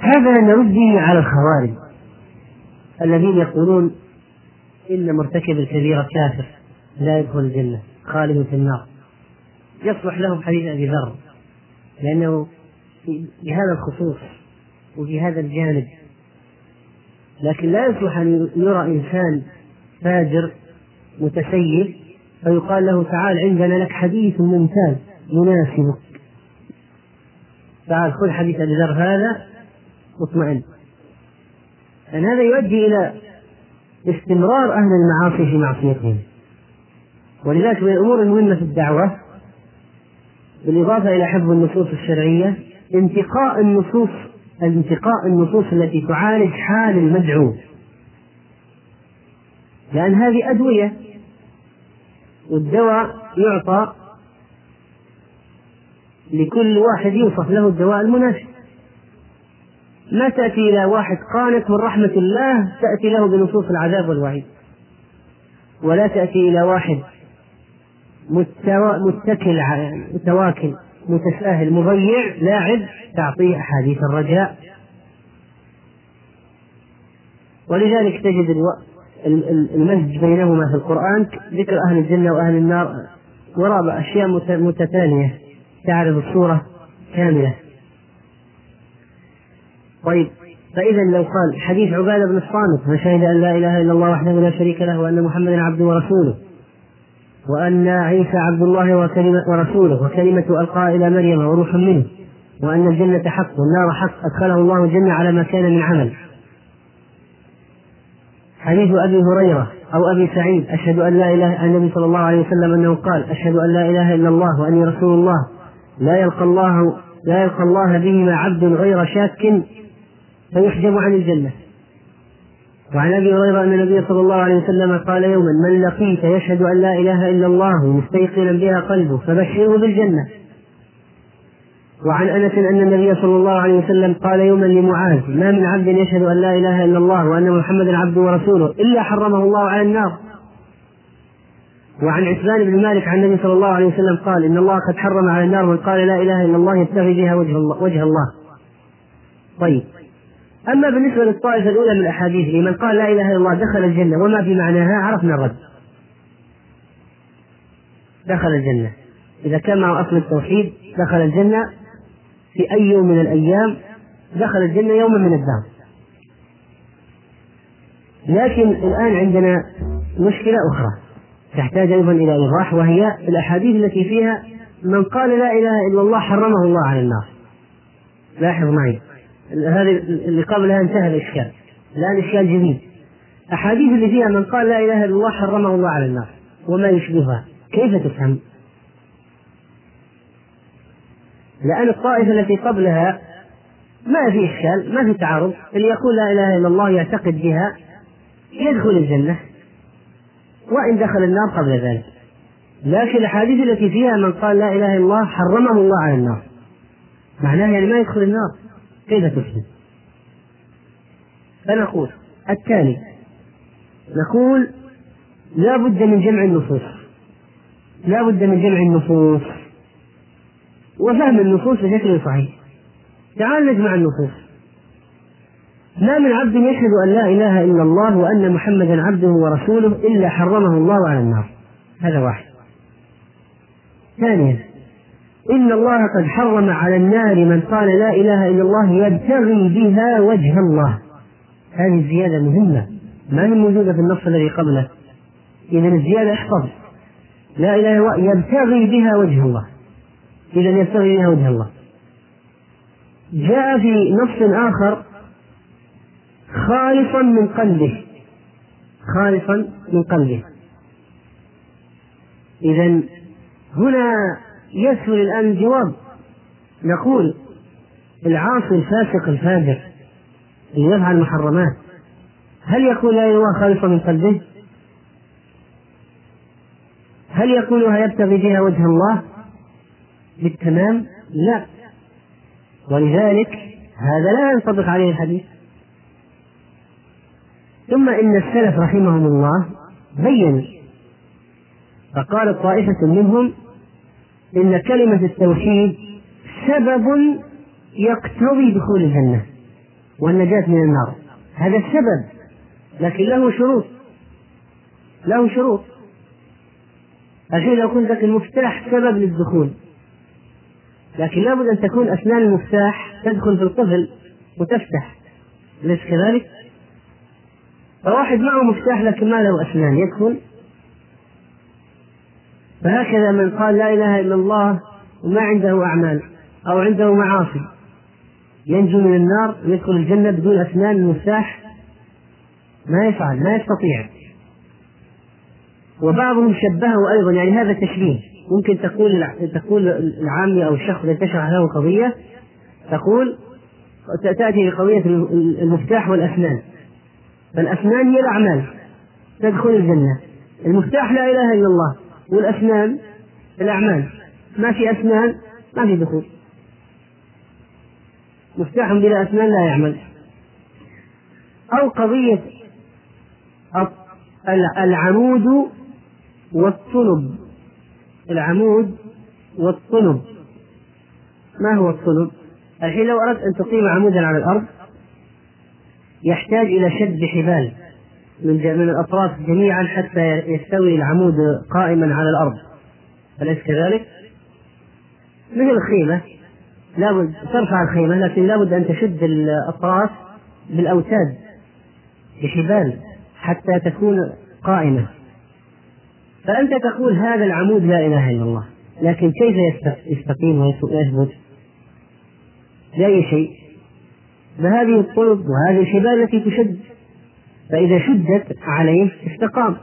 هذا نرد به على الخوارج الذين يقولون إن مرتكب الكبيرة كافر لا يدخل الجنة خالد في النار. يصلح لهم حديث أبي ذر لأنه بهذا الخصوص وفي هذا الجانب، لكن لا يصلح أن يرى إنسان فاجر متسيب فيقال له تعال عندنا لك حديث ممتاز يناسبك، تعال خذ حديث أبي ذر هذا مطمئن، لأن هذا يؤدي إلى استمرار أهل المعاصي في معصيتهم. ولذلك من الأمور المهمة في الدعوة بالإضافة إلى حفظ النصوص الشرعية انتقاء النصوص التي تعالج حال المدعو، لأن هذه أدوية والدواء يعطى لكل واحد يوصف له الدواء المناسب. ما تأتي إلى واحد قانت من رحمة الله تأتي له بنصوص العذاب والوعيد، ولا تأتي إلى واحد متكل متواكل متساهل مضيع لاعب تعطيه أحاديث الرجاء. ولذلك تجد المزج بينهما في القرآن ذكر أهل الجنة وأهل النار وراء أشياء متتالية تعرض الصورة كاملة. طيب، فإذا لو قال حديث عبادة بن الصامت من شهد أن لا إله إلا الله وحده لا شريك له وأن محمدا عبده ورسوله وأن عيسى عبد الله ورسوله وكلمة ألقى إلى مريم وروح منه وأن الجنة حق والنار حق أدخله الله الجنة على ما كان من عمل. حديث أبي هريرة أو أبي سعيد أشهد أن لا إله إلا النبي صلى الله عليه وسلم أنه قال أشهد أن لا إله إلا الله وأني رسول الله لا يلقى الله بهما عبد غير شاك فيحجب عن الجنة. وعن أبي هريرة أن النبي صلى الله عليه وسلم قال يوما من لقيت يشهد أن لا إله إلا الله مستيقنا بها قلبه فبشره بالجنة. وعن أنس أن النبي صلى الله عليه وسلم قال يوما لمعاذ ما من عبد يشهد أن لا إله إلا الله وأن محمدا عبده ورسوله إلا حرمه الله على النار. وعن عثمان بن مالك عن النبي صلى الله عليه وسلم قال إن الله قد حرم على النار من قال لا إله إلا الله يبتغي بها وجه الله. طيب، أما بالنسبة للطائفة الأولى من الأحاديث لمن قال لا إله إلا الله دخل الجنة وما في معناها عرفنا الرد. دخل الجنة إذا كان مع أصل التوحيد دخل الجنة في أي يوم من الأيام، دخل الجنة يوما من الدهر. لكن الآن عندنا مشكلة أخرى تحتاج أيضا إلى إيضاح، وهي الأحاديث التي فيها من قال لا إله إلا الله حرمه الله على النار. لاحظ معي هذه اللي قبلها انتهى الإشكال، الآن إشكال جديد. أحاديث اللي فيها من قال لا إله إلا الله حرمه الله على النار وما يشبهها كيف تفهم؟ لأن الطائفة التي قبلها ما في إشكال، ما في تعارض، اللي يقول لا إله إلا الله يعتقد بها يدخل الجنة وإن دخل النار قبل ذلك. لكن الأحاديث التي فيها من قال لا إله إلا الله حرمه الله على النار معناها يعني ما يدخل النار، كيف تفهم؟ فنقول التالي، نقول لا بد من جمع النصوص، لا بد من جمع النصوص وفهم النصوص بشكل صحيح. تعال نجمع النصوص. ما من عبد يشهد أن لا إله إلا الله وأن محمدا عبده ورسوله إلا حرمه الله على النار، هذا واحد. ثانيا، إن الله قد حرم على النار من قال لا إله إلا الله يبتغي بها وجه الله. هذه الزيادة مهمة ما هي موجودة في النص الذي قبله. إذا الزيادة احفظ لا إله إلا الله يبتغي بها وجه الله، إذا يبتغي بها وجه الله. جاء في نص آخر خالصا من قلبه، خالصا من قلبه. إذا هنا يسهل الآن الجواب، نقول العاصي الفاسق الفاجر اللي يفعل المحرمات هل يقول لا إله إلا الله خالصا من قلبه؟ هل يقولها يبتغي بها وجه الله بالتمام؟ لا. ولذلك هذا لا ينطبق عليه الحديث. ثم إن السلف رحمهم الله بيّنوا فقال طائفة منهم إن كلمة التوحيد سبب يقتضي دخول الجنة، والنجاة من النار. هذا السبب، لكن له شروط. الحين لو كنت لك المفتاح سبب للدخول، لكن لابد أن تكون أسنان المفتاح تدخل في القفل وتفتح، ليس كذلك؟ فواحد معه مفتاح لكن ما له أسنان يدخل. فهكذا من قال لا إله إلا الله وما عنده أعمال أو عنده معاصي ينجو من النار ويدخل الجنة بدون أسنان المفتاح؟ ما يفعل، ما يستطيع. وبعضهم شبهه أيضا، يعني هذا تشبيه. ممكن تقول العامي أو الشخص الذي تشرح له قضية، تقول تأتي بقضية المفتاح والأسنان. فالأسنان هي الأعمال تدخل الجنة، المفتاح لا إله إلا الله، والأسنان الأعمال. ما في أسنان ما في دخول، مفتاح بلا أسنان لا يعمل. أو قضية العمود والطلب. العمود والطلب، ما هو الطلب؟ الحين لو أردت أن تقيم عمودا على الأرض يحتاج إلى شد حبال من الأطراف جميعا حتى يستوي العمود قائما على الأرض، أليس كذلك؟ مثل الخيمة، لابد ترفع الخيمة لكن لابد أن تشد الأطراف بالأوتاد بحبال حتى تكون قائمة. فأنت تقول هذا العمود لا إله إلا الله، لكن كيف يستقيم ويثبت؟ بأي شيء؟ بهذه الطرق وهذه الحبال التي تشد، فإذا شدت عليه استقام.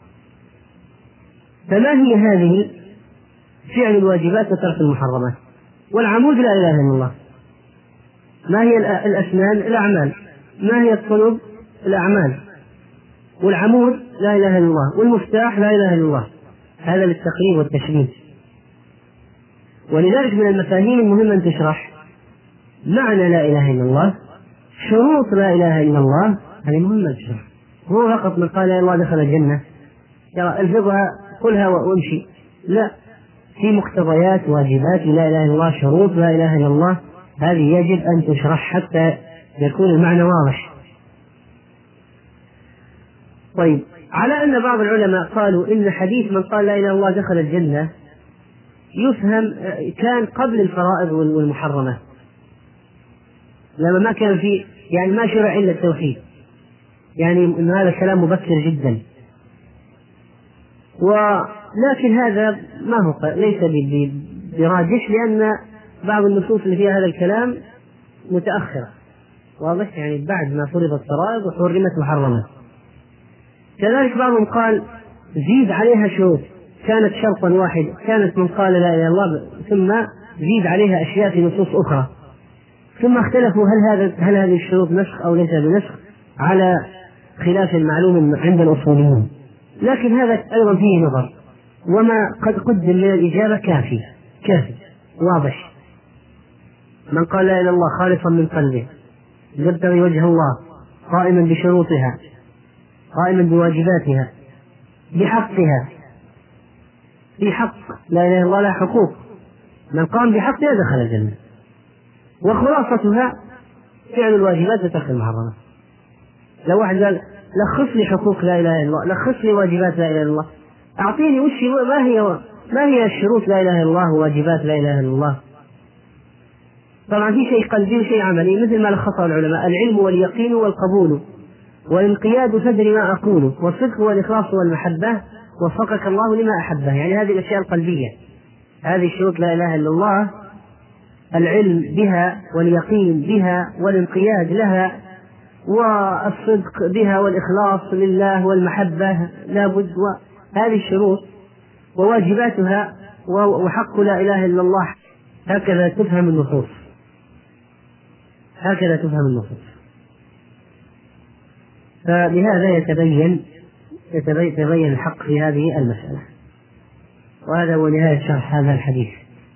فما هي هذه؟ فعل الواجبات وترك المحرمات. والعمود لا إله إلا الله. ما هي الأسنان؟ الأعمال. ما هي الطلب؟ الأعمال. والعمود لا إله إلا الله، والمفتاح لا إله إلا الله. هذا للتقريب والتشبيه. ولذلك من المفاهيم المهمة أن تشرح معنى لا إله إلا الله، شروط لا إله إلا الله، هذه مهمة تشرح. هو فقط من قال لا إله إلا الله دخل الجنة الفظها قلها وامشي، لا، في مقتضيات واجبات لا إله إلا الله، شروط لا إله إلا الله، هذه يجب أن تشرح حتى يكون المعنى واضح. طيب، على أن بعض العلماء قالوا إن حديث من قال لا إله إلا الله دخل الجنة يفهم كان قبل الفرائض والمحرمات، لما ما كان في، يعني ما شرع إلا التوحيد، يعني إن هذا الكلام مبكر جدا. ولكن هذا ما هو ليس براجح، لأن بعض النصوص اللي فيها هذا الكلام متأخرة، واضح، يعني بعد ما فرضت فرائض وحرمت محرمات. كذلك بعضهم قال زيد عليها شروط، كانت شرطا واحد، كانت من قال لا إله إلا الله ثم زيد عليها أشياء في نصوص أخرى، ثم اختلفوا هل هذه الشروط نسخ أو ليس بنسخ، على خلاف المعلوم عند الأصوليين. لكن هذا أيضا فيه نظر، وما قد قدم من الإجابة كافي واضح. من قال لا إله إلا الله خالصا من قلبه يبتغي وجه الله قائما بشروطها قائما بواجباتها بحقها، في حق لا إله إلا الله لا حقوق، من قام بحقها دخل الجنة. وخلاصتها فعل الواجبات وترك المحرمات. لو واحد قال لخص لي حقوق لا إله إلا الله، لخص لي واجبات لا إله إلا الله، أعطيني ما هي الشروط لا إله إلا الله وواجبات لا إله إلا الله. طبعا في شيء قلبي وشيء عملي، مثل ما لخصه العلماء: العلم واليقين والقبول والانقياد تدري ما أقول والصدق والإخلاص والمحبة وفقك الله لما أحبه. يعني هذه الأشياء القلبية، هذه شروط لا إله إلا الله: العلم بها واليقين بها والانقياد لها والصدق بها والإخلاص لله والمحبة لابد، وهذه الشروط وواجباتها وحق لا إله إلا الله. هكذا تفهم النصوص، فبهذا يتبين الحق في هذه المسألة. وهذا هو نهاية شرح هذا الحديث.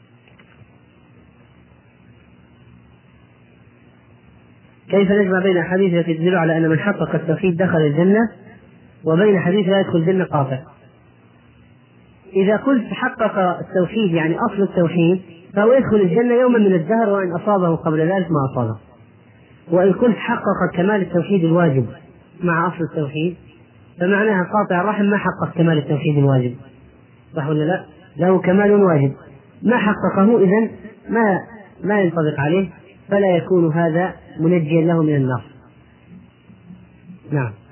كيف نجمع بين الحديث التي تدل على أن من حقق التوحيد دخل الجنة وبين حديث لا يدخل الجنة قاطع؟ إذا قلت حقق التوحيد يعني أصل التوحيد فهو يدخل الجنة يوما من الدهر، وإن أصابه قبل ذلك ما أصابه. وإن كنت حقق كمال التوحيد الواجب مع أصل التوحيد فمعناها قاطع الرحم ما حقق كمال التوحيد الواجب، صح ولا لا؟ له كمال واجب ما حققه، إذن ما ينطبق عليه، فلا يكون هذا منجيا له من النار. نعم.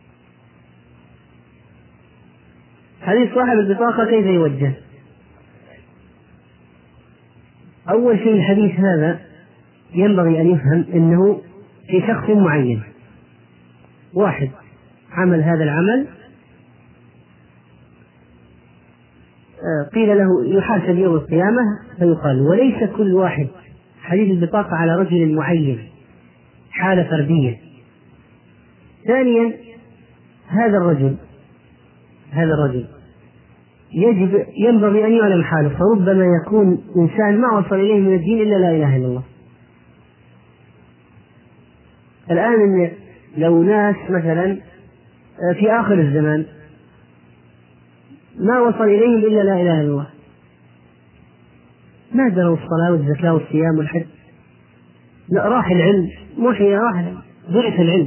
حديث صاحب البطاقة كيف يوجه؟ أول شيء الحديث هذا ينبغي أن يفهم أنه في شخص معين، واحد عمل هذا العمل قيل له يحاسب يوم القيامة فيقال، وليس كل واحد. حديث البطاقة على رجل معين، حالة فردية. ثانيا هذا الرجل ينبغي أن يعلم حاله، فربما يكون إنسان ما وصل إليه من الدين إلا لا إله إلا الله. الآن لو ناس مثلا في آخر الزمان ما وصل إليهم إلا لا إله إلا الله، ما دروا الصلاة والزكاة والصيام والحج، لا راح العلم، راح درس العلم،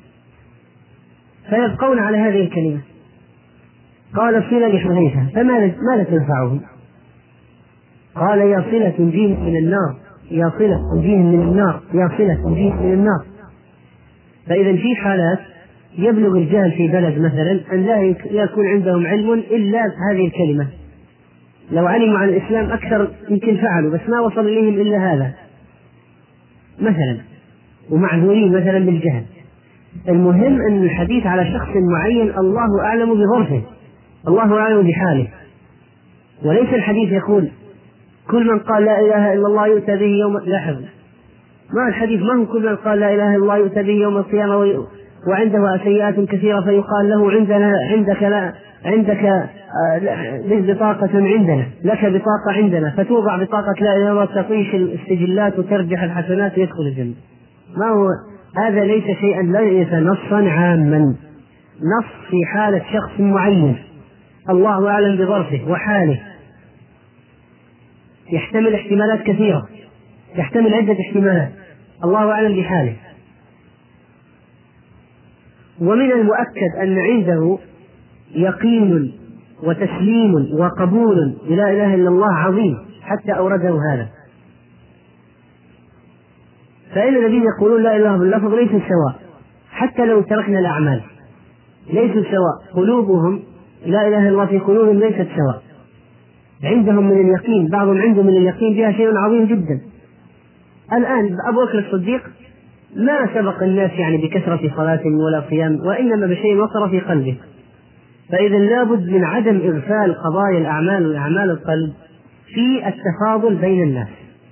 فيبقون على هذه الكلمة. قال صلة لحذيفة فماذا تنفعهم؟ قال يا صلة تنجيهم من النار، يا صلة تنجيهم من النار، يا صلة تنجيهم من النار. فإذا في حالات يبلغ الجهل في بلد مثلا أن لا يكون عندهم علم إلا هذه الكلمة، لو علموا عن الإسلام أكثر يمكن فعلوا، بس ما وصل إليهم إلا هذا مثلا، ومعذورين مثلا بالجهل. المهم أن الحديث على شخص معين الله أعلم بظرفه، الله أعلم بحاله، وليس الحديث يقول كل من قال لا إله إلا الله يؤتى به يوم. لاحظ، ما الحديث ما هو كل من قال لا إله إلا الله يؤتى به يوم القيامة وعنده سيئات كثيرة فيقال له عندك بطاقة عندنا، لك بطاقة عندنا، فتوضع بطاقة لا إله إلا الله تطيش السجلات وترجح الحسنات ويدخل الجنة. ما هو هذا؟ ليس شيئا، ليس نصا عاما، نص في حالة شخص معين الله أعلم بظرفه وحاله، يحتمل احتمالات كثيرة، يحتمل عدة احتمالات، الله أعلم بحاله. ومن المؤكد أن عنده يقين وتسليم وقبول لا إله إلا الله عظيم حتى أورده هذا. فإن الذين يقولون لا إله باللفظ ليسوا سواء، حتى لو تركنا الأعمال ليسوا سواء، قلوبهم لا إله إلا الله في قلوبهم ليست سواء، عندهم من اليقين، بعضهم عنده من اليقين بها شيء عظيم جدا. الآن أبو بكر الصديق ما سبق الناس يعني بكثرة صلاة ولا صيام، وإنما بشيء وقر في قلبه. فإذا لابد من عدم إغفال قضايا الأعمال وأعمال القلب في التفاضل بين الناس،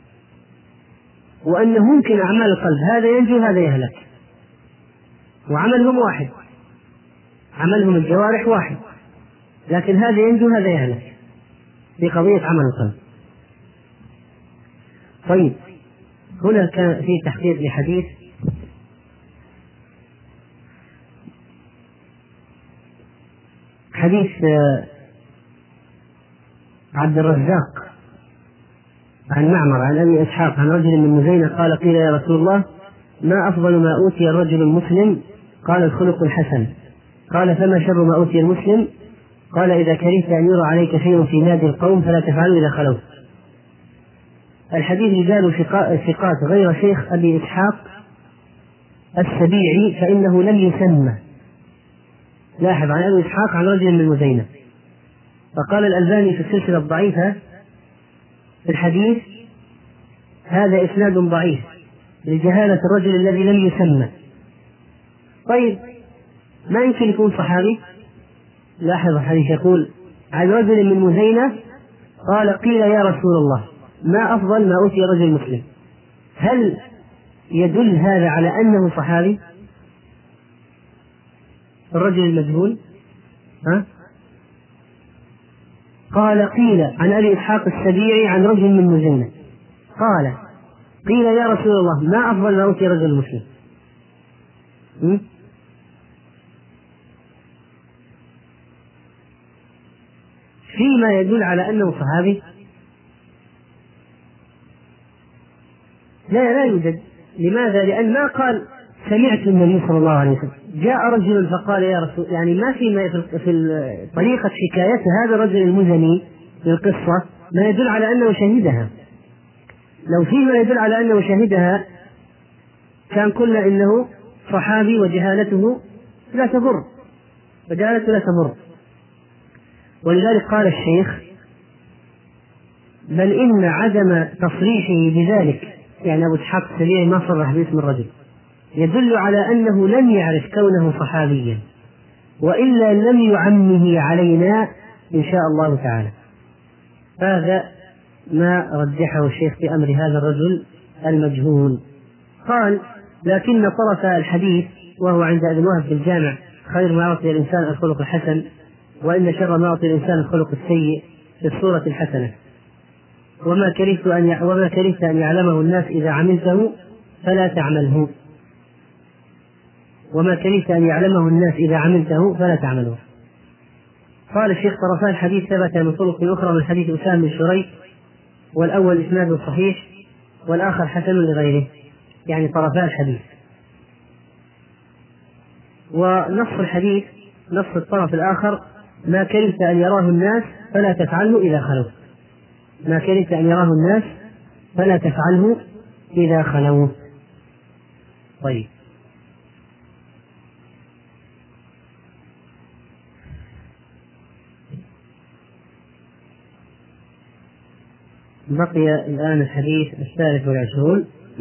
وأنه ممكن أعمال القلب هذا ينجو هذا يهلك، وعملهم واحد، عملهم الجوارح واحد، لكن هذا ينجو هذا يهلك في قضية عمل القلب. طيب، هنا كان في تحقيق لحديث عبد الرزاق عن معمر عن أبي إسحاق عن رجل من مزينة قال قيل يا رسول الله ما أفضل ما أوتي الرجل المسلم؟ قال الخلق الحسن. قال فما شر ما أوتي المسلم؟ قال إذا كرهت أن يرى عليك شيء في نادي القوم فلا تفعله إذا خلوت. الحديث رجال ثقات غير شيخ أبي إسحاق السبيعي فإنه لم يسمى. لاحظ، عن أبي إسحاق عن رجل من مزينة. فقال الألباني في السلسلة الضعيفة في الحديث هذا إسناد ضعيف لجهالة الرجل الذي لم يسمى. طيب، ما يمكن يكون صحابي؟ لاحظ الحديث يقول عن رجل من مزينة قال قيل يا رسول الله ما أفضل ما أوتي رجل مسلم؟ هل يدل هذا على أنه صحابي الرجل المجهول؟ قال قيل عن أبي إسحاق السبيعي عن رجل من مزينة قال قيل يا رسول الله ما أفضل ما أوتي رجل مسلم؟ فيما يدل على أنه صحابي؟ لا يوجد. لماذا؟ لأن ما قال سمعت النبي صلى الله عليه وسلم. جاء رجل فقال يا رسول، يعني ما في طريقة حكاية هذا الرجل المزني للقصة ما يدل على أنه شهدها. لو فيه ما يدل على أنه شهدها كان قلنا إنه صحابي وجهالته لا تضر، وجهالته لا تضر. ولذلك قال الشيخ بل إن عدم تصريحه بذلك، يعني أبو إسحاق السبيعي ما صرح باسم الرجل، يدل على أنه لم يعرف كونه صحابيا، وإلا لم يعمه علينا إن شاء الله تعالى. هذا ما رجحه الشيخ في أمر هذا الرجل المجهول. قال لكن طرف الحديث وهو عند ابن وهب في الجامع خير ما يعطي الإنسان الخلق الحسن، وإن شر ما يعطي الإنسان الخلق السيء في الصورة الحسنة، وما كرهت أن يعلمه الناس إذا عملته فلا تعمله، وما كرهت أن يعلمه الناس إذا عملته فلا تعمله. قال الشيخ طرفا الحديث ثبت من طرق أخرى من حديث أسامة بن شريح، والأول إسناده صحيح والآخر حسن لغيره، يعني طرفا الحديث. ونص الحديث نص الطرف الآخر ما كرهت أن يراه الناس فلا تفعله إذا خلوا، ما كرهت أن يراه الناس فلا تفعله إذا خلوا. طيب، بقي الآن الحديث 23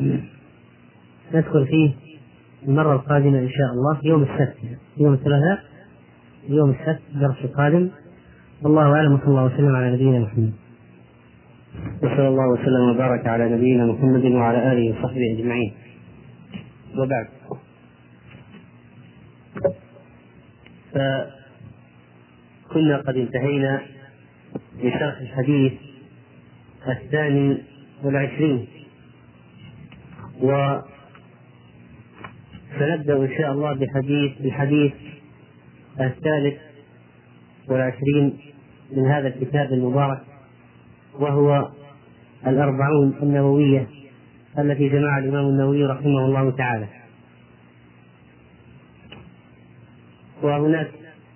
ندخل فيه المرة القادمة إن شاء الله يوم السبت، يوم الثلاثاء، يوم السبت درس القادم. والله أعلم، وصلى الله وسلم على نبينا محمد. وصلى الله وسلم وبارك على نبينا محمد وعلى آله وصحبه أجمعين، وبعد. فكنا قد انتهينا بشرح الحديث 22، وسنبدأ إن شاء الله بالحديث 23 من هذا الكتاب المبارك، وهو 40 النووية التي جمعها الإمام النووي رحمه الله تعالى. وهناك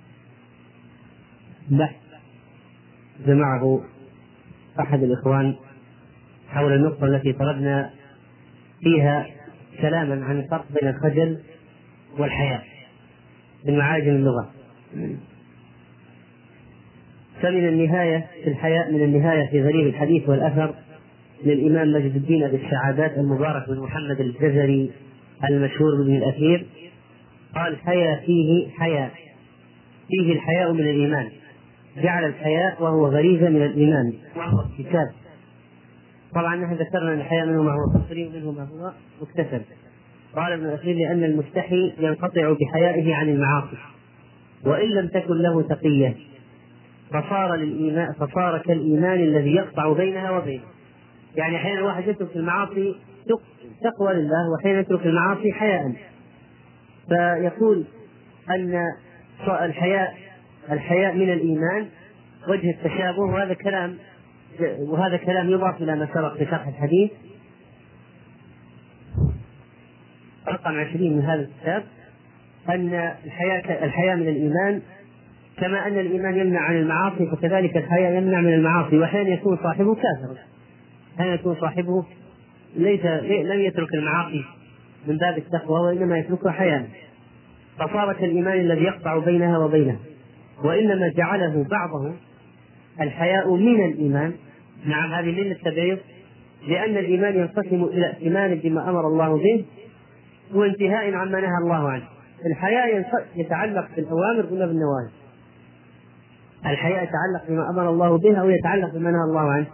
بحث جمعه أحد الإخوان حول النقطة التي طلبنا فيها كلاما عن الفرق بين الخجل والحياء من معاجم اللغة. فمن النهاية في الحياء، من النهاية في غريب الحديث والأثر للإمام مجد الدين أبي السعادات المبارك بن محمد الجزري المشهور بن الأثير، قال فيه الحياء من الإيمان، جعل الحياء وهو غريزة من الإيمان وهو كتاب. طبعا نحن ذكرنا أن الحياء منه ما هو فطري ومنه ما هو مكتسب. قال ابن الأثير لأن المستحي ينقطع بحيائه عن المعاصي وإن لم تكن له تقية، فصار كالإيمان الذي يقطع بينها وبينه. يعني أحيانا الواحد يترك المعاصي تقوى لله، وحين يترك المعاصي حياء. فيقول أن الحياء من الإيمان وجه التشابه، وهذا كلام يضاف إلى ما سبق في شرح الحديث رقم 20 من هذا الكتاب، أن الحياء من الإيمان، كما أن الإيمان يمنع عن المعاصي فكذلك الحياء يمنع من المعاصي. وأحيانا يكون صاحبه كافرا، أحيانا يكون صاحبه لم يترك المعاصي من باب التقوى وإنما يتركها حياء، فصار كالإيمان الذي يقطع بينها وبينه. وإنما جعله بعضهم الحياء من الإيمان. نعم، هذه من التبعيض، لأن الإيمان ينقسم إلى إيمان بما أمر الله به وانتهاء عما نهى الله عنه. الحياء يتعلق بالأوامر ولا بالنواهي؟ الحياء يتعلق بما أمر الله به أو يتعلق بما نهى الله عنه؟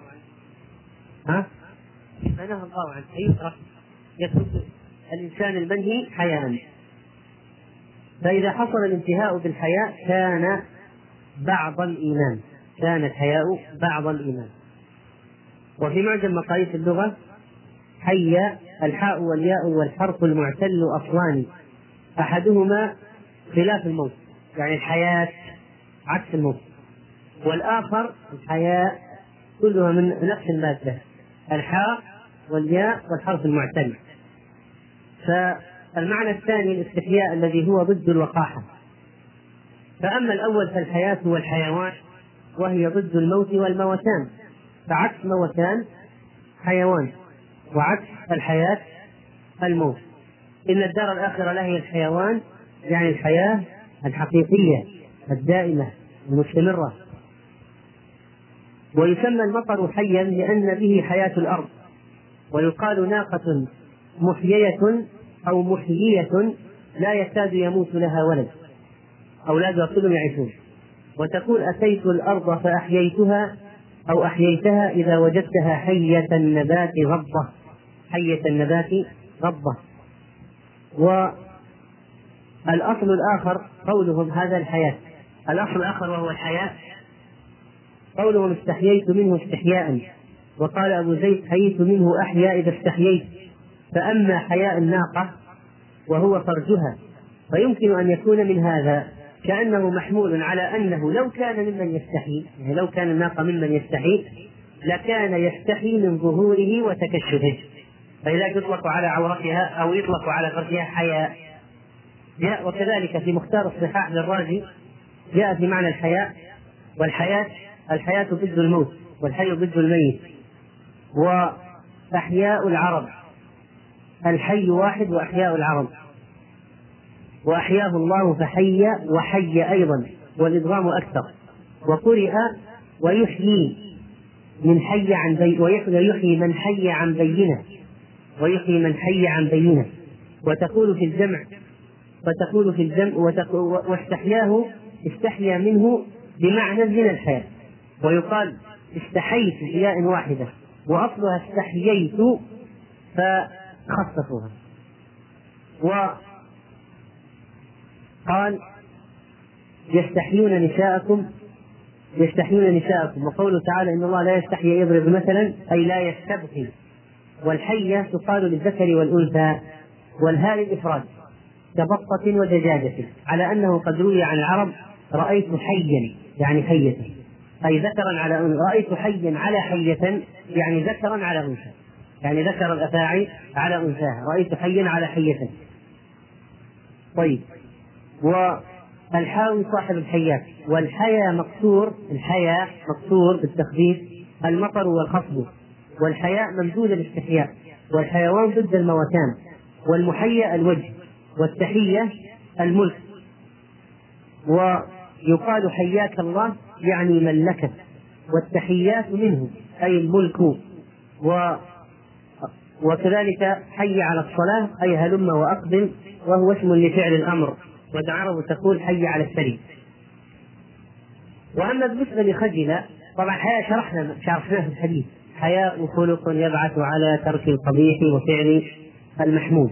ما نهى الله عنه يترك الإنسان المنهي حياء. فإذا حصل الانتهاء بالحياء كان بعض الإيمان، كان الحياء بعض الإيمان. وفي معجم مقاييس اللغة حي الحاء والياء والحرف المعتل أصلان، أحدهما خلاف الموت، يعني الحياة عكس الموت، والآخر الحياء كلها من نفس المادة، الحاء والياء والحرف المعتل. فالمعنى الثاني الاستحياء الذي هو ضد الوقاحة. فأما الأول فالحياة والحيوان، وهي ضد الموت والموتان، فعكس موتان حيوان، وعكس الحياة الموت. إن الدار الآخرة لهي الحيوان، يعني الحياة الحقيقية الدائمة المستمرة. ويسمى المطر حيا لأن به حياة الأرض. ويقال ناقة محيية أو محيية لا يكاد يموت لها ولد، أولادها كلهم يعيشون. وتقول أتيت الأرض فأحييتها أو أحييتها إذا وجدتها حية النبات غضة، حية النبات غضة. والأصل الآخر قولهم هذا الحياة، الأصل الآخر وهو الحياة قولهم استحييت منه استحياء. وقال أبو زيد حييت منه أحيا إذا استحييت. فأما حياء الناقة وهو فرجها فيمكن أن يكون من هذا، كأنه محمول على أنه لو كان ممن يستحي، يعني لو كان الناقة ممن يستحي لكان يستحي من ظهوره وتكشفه، فلذلك يطلق على عورتها أو يطلق على فرجها حياء. وكذلك في مختار الصحاح للرازي جاء في معنى الحياء والحياة، الحياة ضد الموت والحي ضد الميت. وأحياء العرب، الحي واحد وأحياء العرب، وأحياه الله فحي وحي أيضا، والإدغام أكثر. وقرئ ويحيي من حي عن ويحيي من حي عن بينه، ويحيي من حي عن بينه. وتقول في الجمع واستحياه استحيا منه بمعنى من الحياة. ويقال استحيت بياء واحدة وأصلها استحييت فخصصوها. وقال يستحيون نساءكم. وقوله تعالى إن الله لا يستحيي يضرب مثلا أي لا يستبقي. والحية تقال للذكر والأنثى، والهاء الإفراد كبطة ودجاجة، على أنه قد روي عن العرب رأيت حيا يعني حية، أي ذكرا على أنثى. رأيت حيا على حية يعني ذكرا على أنثى، يعني ذكر الأفاعي على أنثاها. رأيت حيا على حية. طيب. والحاوي صاحب الحيات. والحيا مقصور، الحيا مقصور بالتخفيف المطر والخفض. والحياء ممدود الاستحياء. والحيوان ضد الموتان. والمحيا الوجه. والتحية الملك. ويقال حياك الله يعني ملكت. والتحيات منه أي الملك. وكذلك حي على الصلاة أي هلم وأقبل، وهو اسم لفعل الأمر. والعرب تقول حي على السري. وأما بالنسبة لخجل، طبعا حياء شرحناه في الحديث، حياء خلق يبعث على ترك القبيح وفعل المحمود.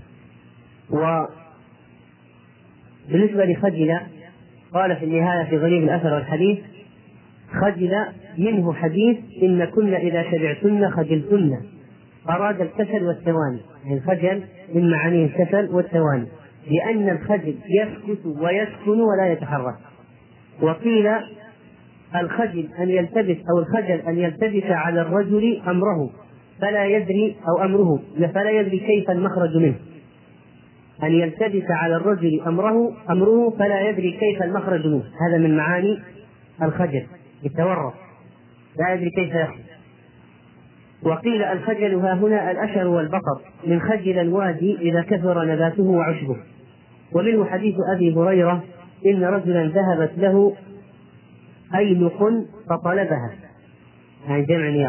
وبالنسبة لخجل قال في النهاية في غريب الأثر والحديث خجل منه حديث إن كن إذا شبعتن خجلتن. أراد الكسل والتواني، يعني الخجل من معانيه الكسل والتواني، لأن الخجل يسكت ويسكن ولا يتحرك. وقيل الخجل أن يلتبس أو الخجل أن يلتبس على الرجل أمره فلا يدري أو أمره فلا يدري كيف المخرج منه. أن يلتبس على الرجل أمره فلا يدري كيف المخرج منه، هذا من معاني الخجل، يتورط لا يدري كيف يخرج. وقيل الخجل ها هنا الأشر والبقر، من خجل الوادي إذا كثر نباته وعشبه. ومنه حديث أبي هريرة إن رجلا ذهبت له أيلق فطلبها، يعني جمع نياق،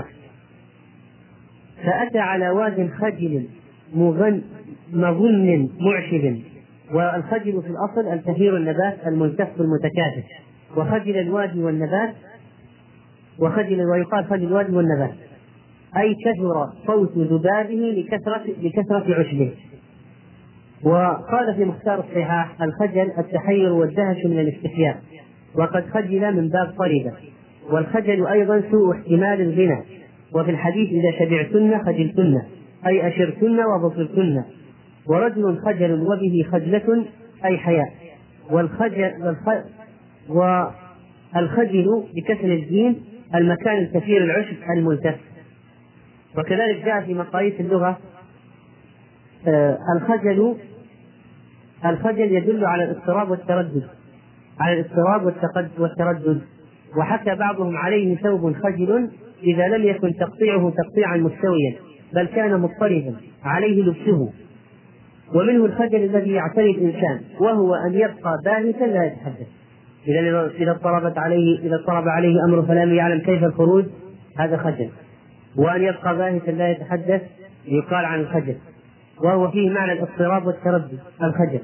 فأتى على واد خجل مظن معشب. والخجل في الأصل الكثير النبات الملتف المتكاثف. وخجل الوادي والنبات ويقال خجل الوادي والنبات أي كثر صوت ذبابه لكثرة عشبه. وقال في مختار الصحاح الخجل التحير والدهش من الاستحياء، وقد خجل من باب طربة. والخجل أيضا سوء احتمال الغنى. وفي الحديث إذا شبعتن خجلتن أي أشرتن وبصرتن. ورجل خجل وبه خجلة أي حياء. والخجل بكسر الجيم المكان الكثير العشب الملتف. وكذلك جاء في مقاييس اللغة الخجل يدل على الاضطراب والتردد، وحكى بعضهم عليه ثوب خجل إذا لم يكن تقطيعه تقطيعا مستويا بل كان مضطربا عليه لبسه. ومنه الخجل الذي يعتري الإنسان، وهو أن يبقى باهتا لا يتحدث. إذا اضطرب عليه أمر فلم يعلم كيف الخروج، هذا خجل. وأن يبقى باهتا لا يتحدث يقال عن الخجل، وهو فيه معنى الاضطراب والتردد الخجل.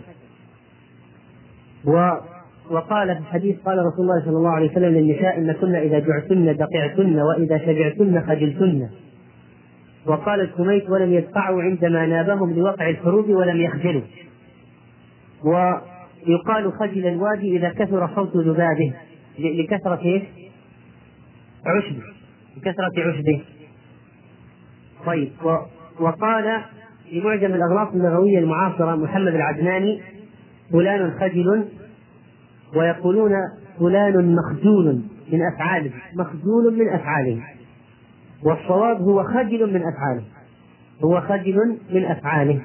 وقال في الحديث قال رسول الله صلى الله عليه وسلم للنساء: إن كن إذا جعتن دقعتن وإذا شجعتن خجلتن. وقال الكميت: ولم يدفعوا عندما نابهم لوقع الحروب ولم يخجلوا. ويقال خجل الوادي إذا كثر صوت ذبابه لكثرة عشبه. طيب. وقال في معجم الأغلاط النغوية المعاصرة محمد العدناني: فلان خجل، ويقولون فلان مخجول من أفعاله، والصواب هو خجل من أفعاله.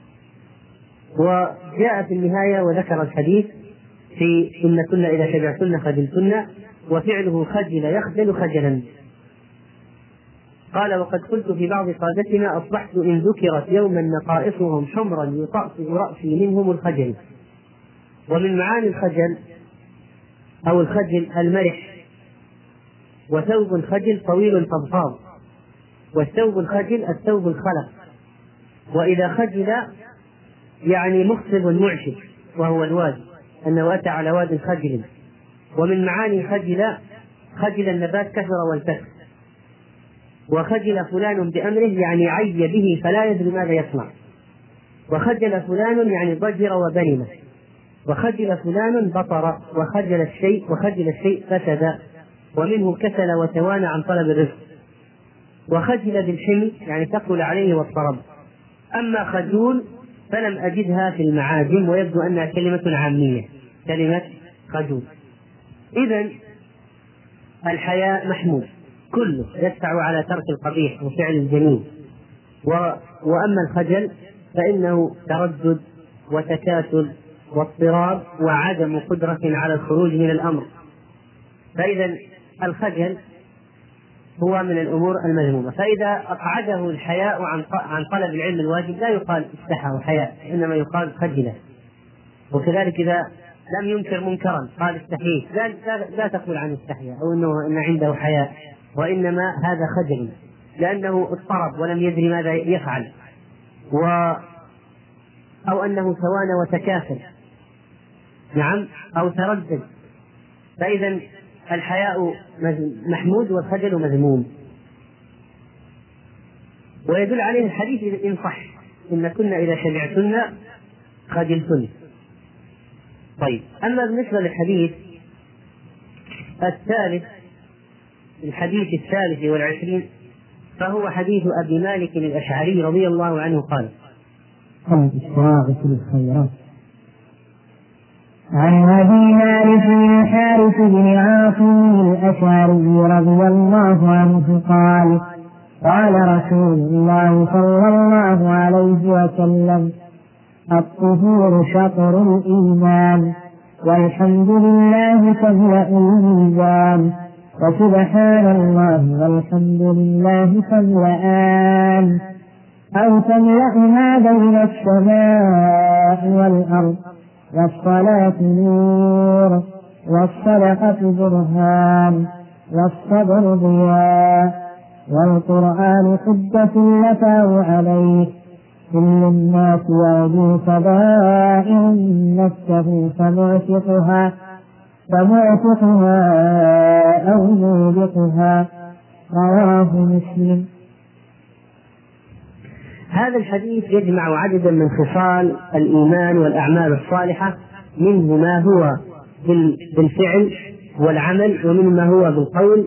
وجاء في النهاية وذكر الحديث في إن كنا إذا شجعتن خجلتن، وفعله خجل يخجل خجلا. قال: وقد قلت في بعض قادتنا: أصبحت إن ذكرت يوما نقائصهم حمرا يطأطئ رأسي منهم الخجل. ومن معاني الخجل أو الخجل المرح. وثوب خجل طويل فضفاض، والثوب الخجل الثوب الخلق. وإذا خجل يعني مخصب معشب، وهو الوادي، أنه أتى على واد خجل. ومن معاني خجل النبات كثر والكثر. وخجل فلان بأمره يعني عي به فلا يدري ماذا يصنع. وخجل فلان يعني ضجر وبرم. وخجل فلان بطر. وخجل الشيء فسد. ومنه كسل وتوانى عن طلب الرزق. وخجل بالحمي يعني ثقل عليه واضطرب. أما خجول فلم أجدها في المعاجم، ويبدو أنها كلمة عامية، كلمة خجول. إذن الحياء محمود كله يدفع على ترك القبيح وفعل الجميل. وأما الخجل فإنه تردد وتكاسل واضطراب وعدم قدرة على الخروج من الأمر. فإذا الخجل هو من الأمور المذمومة. فإذا أقعده الحياء عن طلب العلم الواجب لا يقال استحى وحياء، إنما يقال خجله. وكذلك إذا لم ينكر منكرا قال استحييت، لا تقول عن استحياء أو إن عنده حياء، وإنما هذا خجل لأنه اضطرب ولم يدري ماذا يفعل، أو أنه توانى وتكاسل، نعم، أو تردد. فإذا الحياء محمود والخجل مذموم. ويدل عليه الحديث إن صح: إن كنا إذا شجعتن خجلتن. طيب. أما بالنسبة للحديث الثالث، الحديث 23، فهو حديث أبي مالك الأشعري رضي الله عنه قال: الإسراع في الخيرات. عن أبي مالك الحارث بن عاصم الأشعري رضي الله عنه قال: قال رسول الله صلى الله عليه وسلم: الطهور شطر الإيمان، والحمد لله تملأ الميزان، وسبحان الله والحمد لله تملأان، أو تملأ ما بين السماء والأرض. والصلاة نور، والصدقة برهان، والصبر ضياء، والقرآن حجة لك وعليك. كل الناس يعدو فضائع نفسه فمعتقها أو موبقها. رواه مسلم. هذا الحديث يجمع عددا من خصال الإيمان والأعمال الصالحة، منه ما هو بالفعل والعمل، ومنه ما هو بالقول،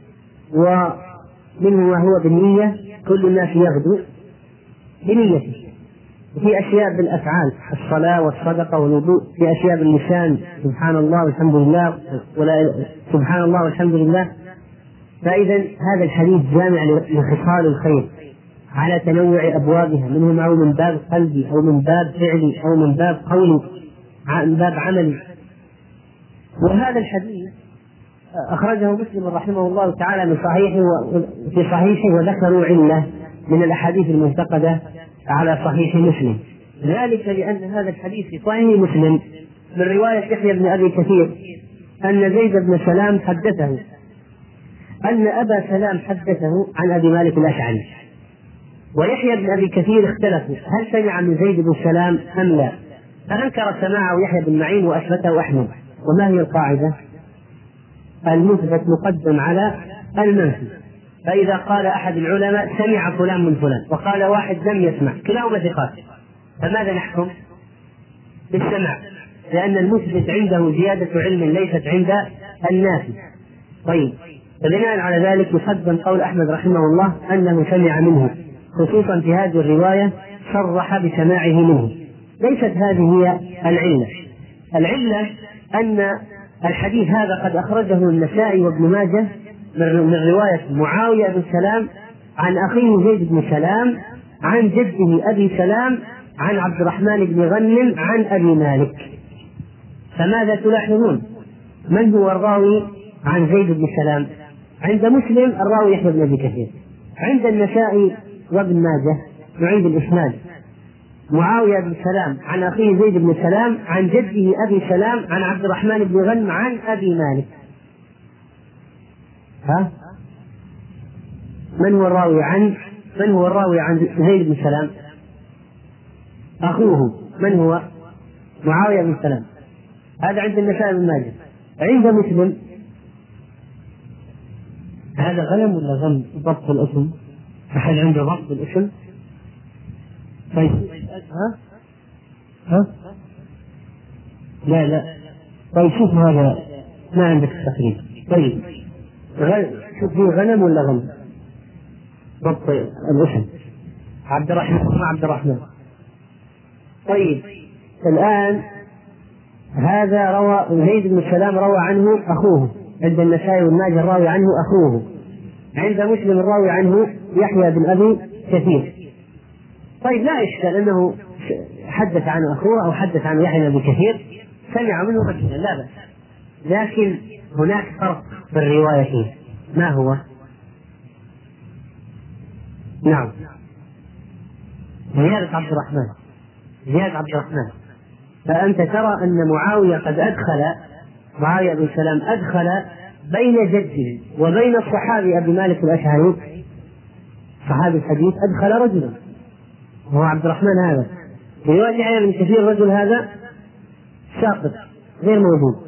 ومنه ما هو بالنية. كل الناس يغدو بنيته. وفي أشياء بالأفعال، الصلاة والصدقة والوضوء، في أشياء باللسان، سبحان الله والحمد لله، سبحان الله والحمد لله. فإذا هذا الحديث جامع لخصال الخير على تنوع أبوابها، منه ما هو من باب قلبي أو من باب فعلي أو من باب قولي من باب عملي. وهذا الحديث أخرجه مسلم رحمه الله تعالى من صحيحه في صحيحه، وذكروا علة من الأحاديث المنتقدة على صحيح مسلم، ذلك لأن هذا الحديث في صحيح مسلم من رواية يحيى بن أبي كثير أن زيد بن سلام حدثه أن أبا سلام حدثه عن أبي مالك الأشعري. ويحيى بن أبي كثير اختلفوا هل سمع من زيد بن سلام أم لا، فأنكر سماعه يحيى بن معين وأثبته أحمد. وما هي القاعدة؟ المثبت مقدم على المنفي. فإذا قال أحد العلماء سمع فلان من فلان وقال واحد لم يسمع، كلاهما ثقات، فماذا نحكم؟ بالسمع، لأن المثبت عنده زيادة علم ليست عند النافي. طيب، فبناء على ذلك يقدم قول أحمد رحمه الله أنه سمع منه، خصوصا في هذه الرواية صرح بسماعه منه. ليست هذه هي العلة. العلة أن الحديث هذا قد أخرجه النسائي وابن ماجه من رواية معاوية بن سلام عن أخيه زيد بن سلام عن جده أبي سلام عن عبد الرحمن بن غنم عن أبي مالك. فماذا تلاحظون؟ من هو الراوي عن زيد بن سلام؟ عند مسلم الراوي يحيى بن أبي كثير، عند النسائي وابن ماجه يعيد الإسناد معاوية بن سلام عن أخيه زيد بن سلام عن جده أبي سلام عن عبد الرحمن بن غنم عن أبي مالك. من هو الراوي عن زيد بن سلام؟ أخوه. من هو؟ معاوية بن سلام. هذا عند النسائي بن ماجه. عند مسلم هذا غنم ولا غم ضبط الاسم؟ أحد عنده ضبط الاسم؟ طيب لا طيب شوف هذا ما عندك التقريب. طيب شوف فيه غنم ولا غم ضبط الاسم؟ عبد الرحمن. طيب الآن هذا روى زيد بن سلام روى عنه أخوه، عند النسائي والماجه الراوي عنه أخوه، عند مسلم الراوي عنه يحيى بن أبي كثير. طيب لا إشكال أنه حدث عن أخوه أو حدث عن يحيى بن أبي كثير سمع منه رجلا، لا بأس. لكن هناك فرق في الروايتين. ما هو؟ نعم، زيادة عبد الرحمن. فأنت ترى أن معاوية بن سلام أدخل بين جده وبين الصحابي أبي مالك الأشعري صحابي الحديث أدخل رجلا وهو عبد الرحمن. هذا في رواية يحيى بن كثير الرجل هذا ساقط غير موجود.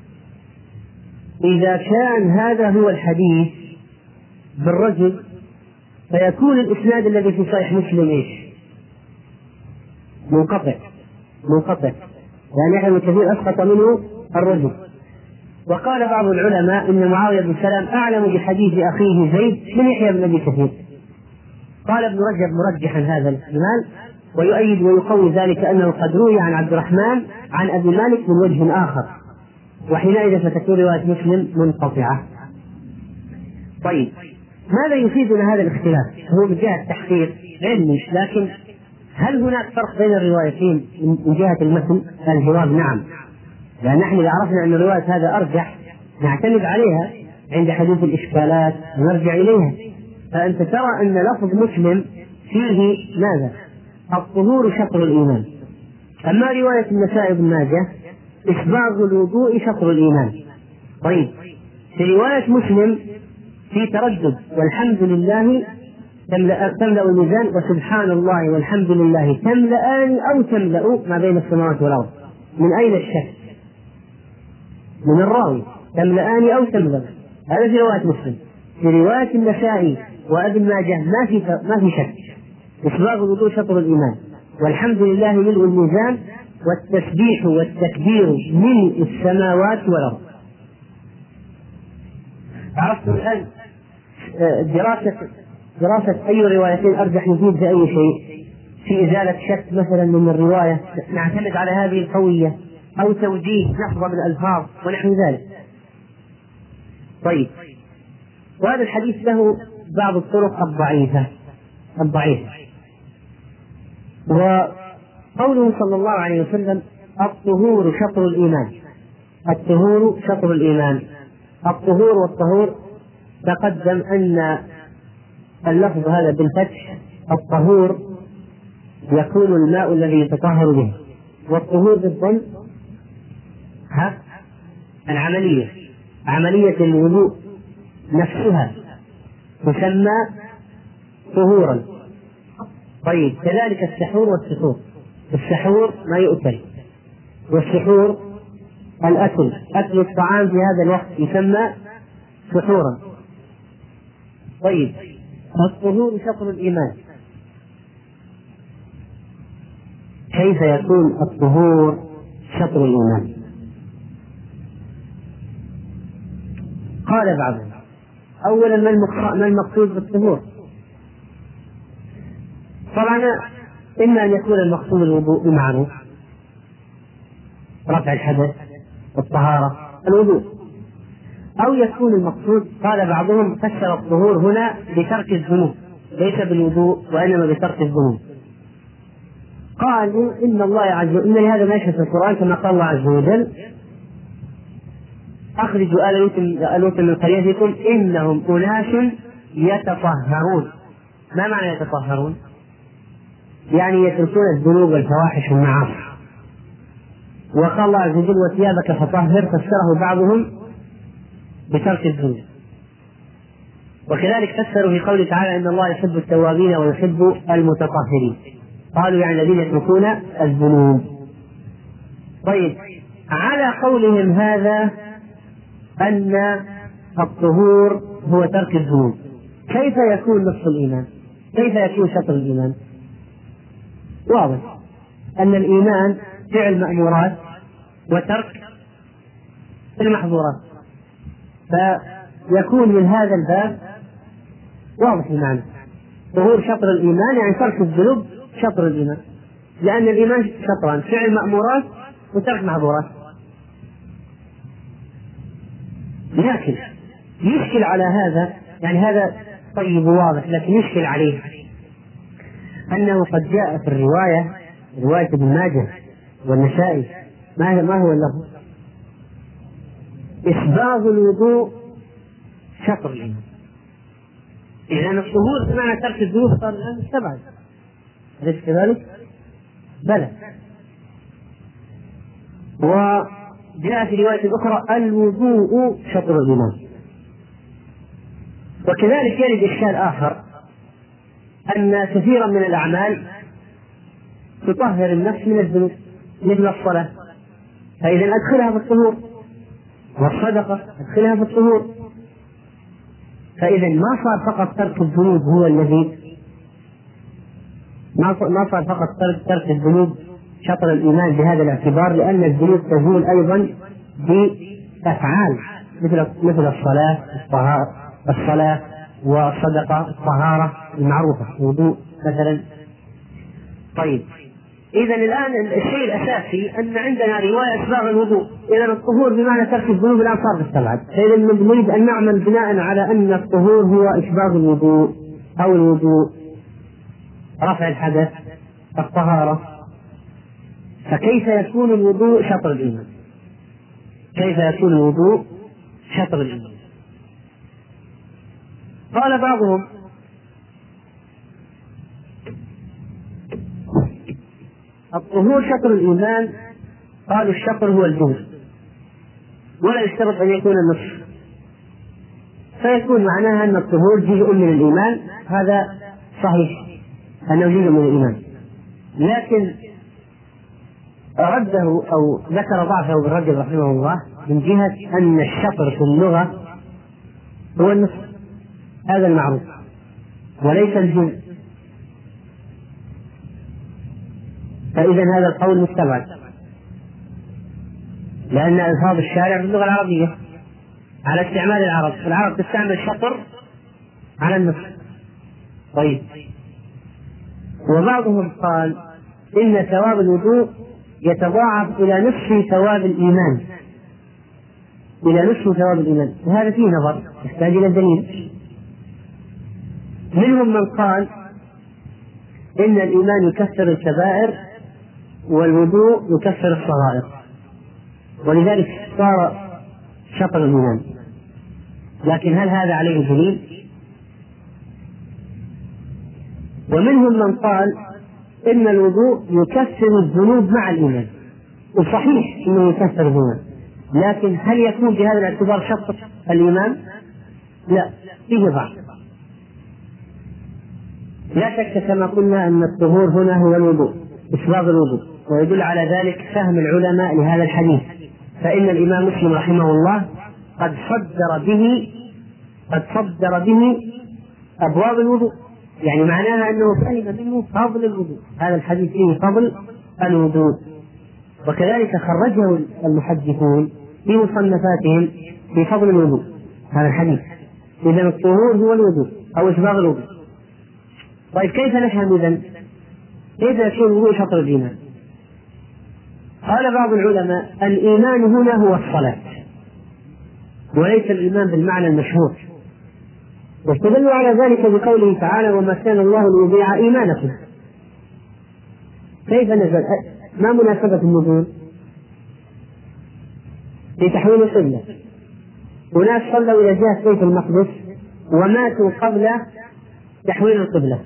إذا كان هذا هو الحديث بالرجل فيكون الإسناد الذي في صحيح مسلم إيش؟ منقطع، يعني يحيى بن كثير أسقط منه الرجل. وقال بعض العلماء إن معاوية بن سلام أعلم بحديث أخيه زيد من يحيى بن أبي كثير. قال ابن رجب مرجحا هذا الاحتمال ويؤيد ويقوي ذلك أنه قد روي عن عبد الرحمن عن أبي مالك من وجه آخر، وحينئذ فتكون رواية مسلم منقطعة. طيب، ماذا يفيدنا هذا الاختلاف؟ هو من جهة تحقيق علمي، لكن هل هناك فرق بين الروايتين من جهة المتن؟ الجواب نعم، لأن نحن إذا عرفنا أن رواية هذا أرجح نعتمد عليها عند حدوث الإشكالات ونرجع إليها. فأنت ترى أن لفظ مسلم فيه ماذا؟ الطهور شطر الإيمان. أما رواية النسائي بن ماجه إسباغ الوضوء شطر الإيمان. طيب، في رواية مسلم في تردد والحمد لله تملأ الميزان وسبحان الله والحمد لله تملأان أو تملأ ما بين السماوات والأرض. من أين الشك؟ من الراوي، تملأان أو تملأ. هذا في رواية مسلم. في رواية النسائي وابن ماجه ما في شك، إسباغ الوضوء شطر الإيمان والحمد لله ملء الميزان والتسبيح والتكبير ملء السماوات والأرض. عرفت الآن دراسة أي روايتين أرجح يفيد في أي شيء، في إزالة شك مثلا من الرواية نعتمد على هذه القوية أو توجيه لحظة من الألفاظ ونحو ذلك. طيب، وهذا الحديث له بعض الطرق الضعيفة الضعيفة. وقوله صلى الله عليه وسلم الطهور شطر الإيمان، الطهور شطر الإيمان، الطهور والطهور تقدم أن اللفظ هذا بالفتح، الطهور يكون الماء الذي يتطهر به، والطهور بالضم العملية، عملية الوضوء نفسها تسمى طهورا. طيب كذلك السحور والسحور، السحور ما يؤكل، والسحور الأكل، أكل الطعام في هذا الوقت يسمى سحورا. طيب الطهور شطر الإيمان، كيف يكون الطهور شطر الإيمان؟ قال بعضهم أولا ما المقصود بالطهور؟ طبعا إما أن يكون المقصود الوضوء بمعروف، رفع الحدث والطهارة الوضوء، أو يكون المقصود، قال بعضهم فسر الطهور هنا بترك الذنوب، ليس بالوضوء وإنما بترك الذنوب. قالوا إن الله عز وجل، إن لهذا ما يشهد في القرآن كما قال الله عز وجل أخرجوا آل لوط من قريتكم إنهم أناس يتطهرون. ما معنى يتطهرون؟ يعني يتركون الذنوب والفواحش والمعاصي. وقال الله عز وجل وثيابك فطهر، فسره بعضهم بترك الذنوب. وكذلك فسروا في قوله تعالى إن الله يحب التوابين ويحب المتطهرين، قالوا يعني الذين يتركون الذنوب. طيب على قولهم هذا أن الطهور هو ترك الذنوب، كيف يكون نصف الإيمان؟ كيف يكون شطر الإيمان؟ واضح أن الإيمان فعل مأمورات وترك المحظورات، فيكون من هذا الباب واضح المعنى. ظهور شطر الإيمان يعني ترك الذنوب شطر الإيمان، لأن الإيمان شطران، فعل مأمورات وترك محظورات. لكن يشكل على هذا، يعني هذا طيب واضح، لكن يشكل عليه أنه قد جاء في رواية ابن ماجه والنسائي ما هو اللفظ؟ إسباغ الوضوء شطر الإيمان. إذا الطهور بمعنى ترك الذنوب صار الآن مستبعد، أليس كذلك؟ بلى. وجاء في رواية أخرى الوضوء شطر الإيمان. وكذلك يرد إشكال آخر أن كثيرا من الأعمال تطهر النفس من الذنوب مثل الصلاة، فإذا أدخلها في الطهور، والصدقة أدخلها في الطهور، فإذا ما صار فقط ترك الذنوب هو الذي ما صار فقط ترك الذنوب شطر الإيمان بهذا الاعتبار، لأن الذنوب تزول أيضا بأفعال مثل الصلاة والصدقة، الطهارة المعروفة، وضوء مثلا. طيب إذا الآن الشيء الأساسي أن عندنا رواية إسباغ الوضوء، إذا الطهور بمعنى ترك الذنوب الآن صار مستبعد، فإذا نريد أن نعمل بناء على أن الطهور هو إسباغ الوضوء أو الوضوء، رفع الحدث، الطهارة. فكيف يكون الوضوء شطر الإيمان؟ كيف يكون الوضوء شطر الإيمان؟ قال بعضهم الطهور شطر الإيمان، قالوا الشطر هو الجزء ولا يشترط أن يكون النصف، فيكون معناها أن الطهور جزء من الإيمان. هذا صحيح أنه جزء من الإيمان، لكن رده أو ذكر ضعفه ابن رجب رحمه الله من جهة أن الشطر في اللغة هو النصف، هذا المعروف، وليس الجزء، فإذا هذا القول مستبعد، لأن ألفاظ الشارع في اللغة العربية على استعمال العرب تستعمل الشطر على النصف. طيب وبعضهم قال إن ثواب الوضوء يتضاعف إلى نصف ثواب الإيمان، إلى نصف ثواب الإيمان، وهذا فيه نظر يحتاج إلى دليل. منهم من قال إن الإيمان يكفر الكبائر والوضوء يكفر الصغائر، ولذلك صار شطر الإيمان. لكن هل هذا عليه دليل؟ ومنهم من قال إن الوضوء يكفر الذنوب مع الإيمان، وصحيح إنه يكفر الذنوب، لكن هل يكون بهذا الاعتبار شطر الإيمان؟ لا، فيه ضعف. لا شك كما قلنا أن الطهور هنا هو الوضوء، إسباغ الوضوء، ويدل على ذلك فهم العلماء لهذا الحديث. فإن الإمام مسلم رحمه الله قد صدر به أبواب الوضوء، يعني معناها أنه فهم منه فضل الوضوء، هذا الحديث فيه فضل الوضوء. وكذلك خرجه المحدثون في مصنفاتهم في فضل الوضوء هذا الحديث. إذن الطهور هو الوضوء أو إسباغ الوضوء. طيب كيف نفهم إذن؟ كيف يكون الوضوء شطر الإيمان؟ قال بعض العلماء الإيمان هنا هو الصلاة، وليس الإيمان بالمعنى المشهور، واستدلوا على ذلك بقوله تعالى وما كان الله ليضيع إيمانكم. كيف نزل؟ ما مناسبة النزول؟ في تحويل القبلة، وناس صلوا إلى جهة بيت المقدس وماتوا قبل تحويل القبلة،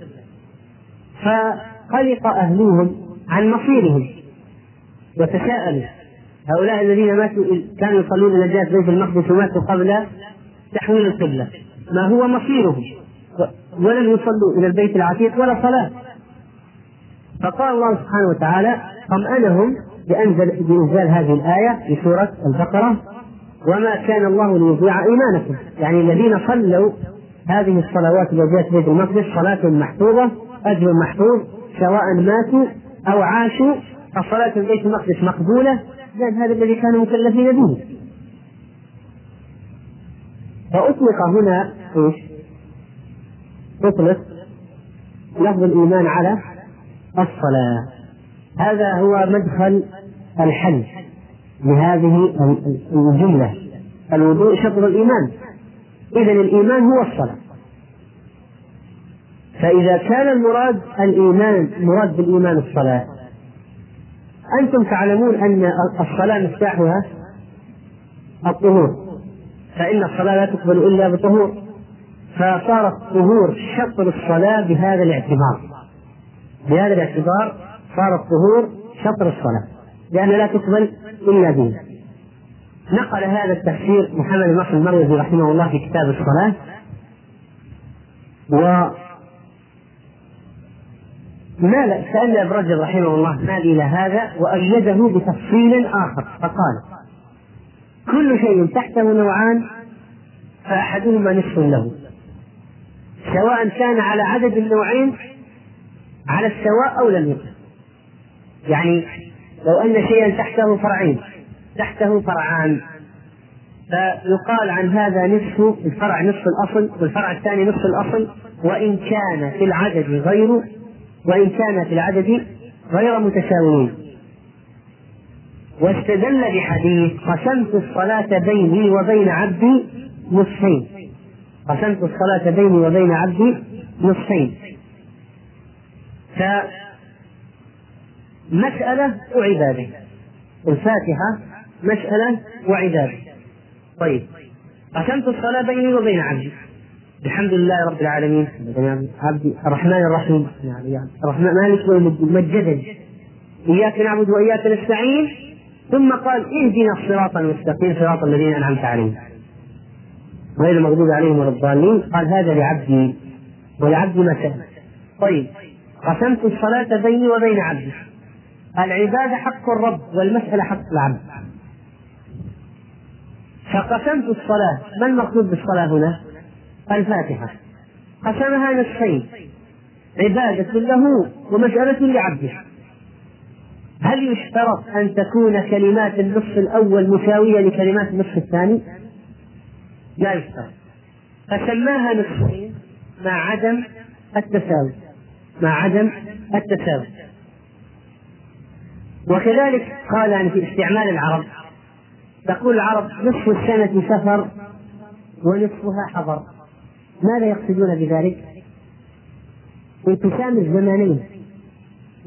فقلق أهلهم عن مصيرهم وتساءلوا، هؤلاء الذين ماتوا كانوا يصلون إلى جهة بيت المقدس وماتوا قبل تحويل القبلة ما هو مصيرهم؟ ولم يصلوا إلى البيت العتيق ولا صلاة. فقال الله سبحانه وتعالى طمأنهم بإنزال هذه الآية في سورة البقرة وما كان الله ليضيع إيمانكم، يعني الذين صلوا هذه الصلوات إلى جهة بيت المقدس صلاة محفوظة أجر محفوظ سواء ماتوا أو عاشوا، فصلاة بيت المقدس مقبولة، لأن هذا الذي كانوا مكلفين به. فأطلق هنا أطلق لفظ الإيمان على الصلاة. هذا هو مدخل الحل لهذه الجملة، الوضوء شطر الإيمان، إذن الإيمان هو الصلاة. فإذا كان المراد الإيمان مراد بالإيمان الصلاة، أنتم تعلمون أن الصلاة مفتاحها الطهور، فإن الصلاة لا تقبل إلا بطهور، فصار الطهور شطر الصلاة بهذا الاعتبار صار الطهور شطر الصلاة، لأن لا تقبل إلا به. نقل هذا التفسير محمد بن نصر المروزي رحمه الله في كتاب الصلاة، سأل ابن رجب رحمه الله مال إلى هذا وأيده بتفصيل آخر، فقال كل شيء تحته نوعان فأحدهما نصف له، سواء كان على عدد النوعين على السواء أو لم يكن. يعني لو أن شيئا تحته فرعين، تحته فرعان، فيقال عن هذا نصف الفرع نصف الأصل، والفرع الثاني نصف الأصل، وإن كان في العدد غير متساويين. واستدل بحديث قسمت الصلاة بيني وبين عبدي نصفين، قسمت الصلاة بيني وبين عبدي نصفين، فمسألة وعبادة، الفاتحة مسألة وعبادة. طيب قسمت الصلاة بيني وبين عبدي، الحمد لله رب العالمين عبدي الرحمن الرحيم الرحمن مالك يوم الدين مجدا إياك نعبد وإياك نستعين، ثم قال اهدنا الصراط المستقيم صراط الذين أنعمت عليهم غير المغضوب عليهم ولا الضالين، قال هذا لعبدي ولعبدي ما سأل. طيب قسمت الصلاة بيني وبين عبدي، العبادة حق الرب والمسألة حق العبد، فقسمت الصلاة، ما المقصود بالصلاة هنا؟ الفاتحة، قسمها نصفين، عبادة له ومسألة لعبده. هل يشترط أن تكون كلمات النصف الأول مساوية لكلمات النصف الثاني؟ لا يشترط، فسماها نصفين مع عدم التساوي. وكذلك قال يعني في استعمال العرب، تقول العرب نصف السنة سفر ونصفها حضر. ماذا يقصدون بذلك؟ انقسام الزمانين،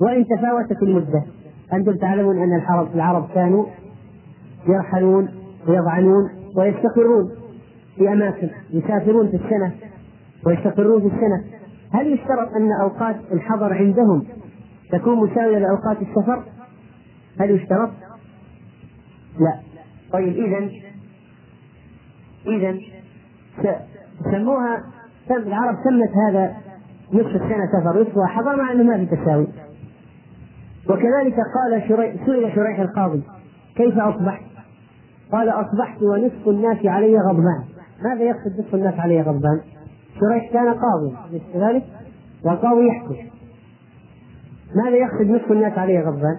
وإن تفاوتت المدة. أنتم تعلمون أن العرب كانوا يرحلون ويضعنون ويستقرون في أماكن، يسافرون في السنة ويستقرون في السنة. هل يشترط أن أوقات الحضر عندهم تكون مساوية لأوقات السفر؟ هل يشترط؟ لا. طيب إذن سموها، العرب سمت هذا نصف السنة سفر ونصفها حضر، مع أنه ما في تساوي. وكذلك قال سئل شريح القاضي كيف أصبحت؟ قال أصبحت ونصف الناس علي غضبان. ماذا يقصد نصف الناس علي غضبان؟ شريح كان قاضي كذلك والقاضي يحكم. ماذا يقصد نصف الناس علي غضبان؟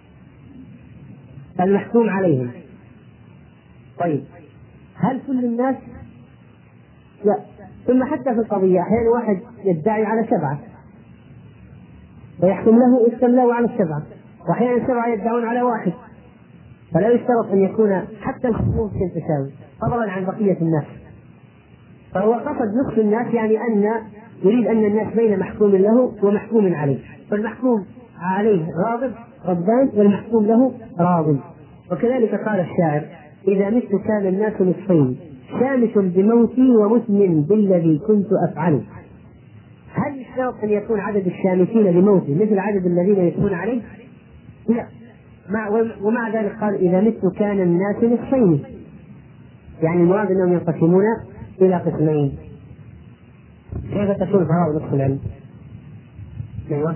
المحكوم عليهم. طيب هل كل الناس؟ لا. ثم حتى في القضية أحيانا واحد يدعي على 7 ويحكم له على 7، وأحيانا 7 يدعون على 1، فلا يشترط أن يكون حتى الحكم في التساوي فضلا عن بقية الناس. فهو قصد نصف الناس، يعني أن يريد أن الناس بين محكوم له ومحكوم عليه، فالمحكوم عليه غضبان والمحكوم له راض. وكذلك قال الشاعر إذا مت كان الناس نصفين شامت بموتي ومثم بالذي كنت أفعله. هل يشترط أن يكون عدد الشامتين لموته مثل عدد الذين يكون عليه؟ لا. ومع ذلك قال إذا مت كان الناس نصفين، يعني المراد أنهم ينقسمون إلى قسمين. كيف تكون فرائض نصف العلم؟ أيوة.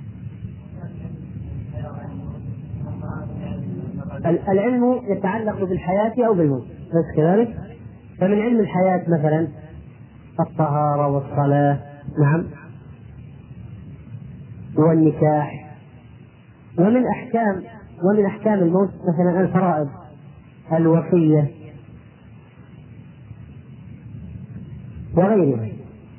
العلم يتعلق بالحياة أو بالموت بس كذلك. فمن علم الحياة مثلا الطهارة والصلاة، نعم، والنكاح. ومن أحكام الموت مثلا الفرائض، الوصية وغيرها.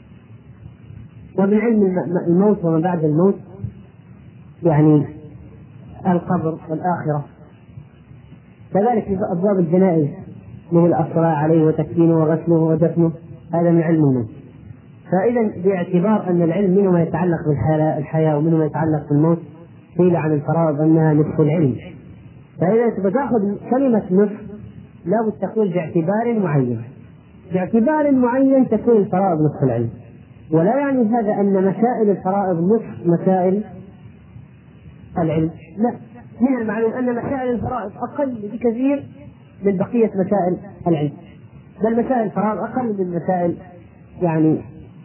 ومن علم الموت وما بعد الموت يعني القبر والآخرة. كذلك في أبواب الجنائز مثل الصلاة عليه وتكفينه وغسله ودفنه، هذا من علم الموت. فإذا باعتبار أن العلم منه ما يتعلق بالحياة ومنه ما يتعلق بالموت، قيل عن الفرائض أنها نصف العلم. فإذا تأخذ كلمة نصف لا بد تكون باعتبار معين، باعتبار معين تكون الفرائض نصف العلم. ولا يعني هذا أن مسائل الفرائض نصف مسائل العلم، لا. من المعلوم أن مسائل الفرائض أقل بكثير من بقية مسائل العلم، بل مسائل الفرائض أقل من مسائل يعني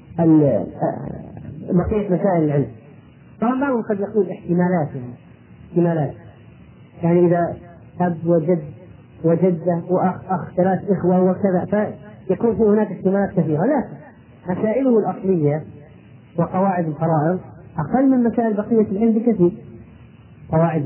بقية مسائل العلم. طبعا بعضهم قد يقول احتمالات، يعني إذا أب وجد وجدة وأخ 3 إخوة وكذا، فيكون في هناك احتمالات كثيرة. لا، مسائله الأصلية وقواعد الفرائض أقل من مسائل بقية العلم بكثير قواعده.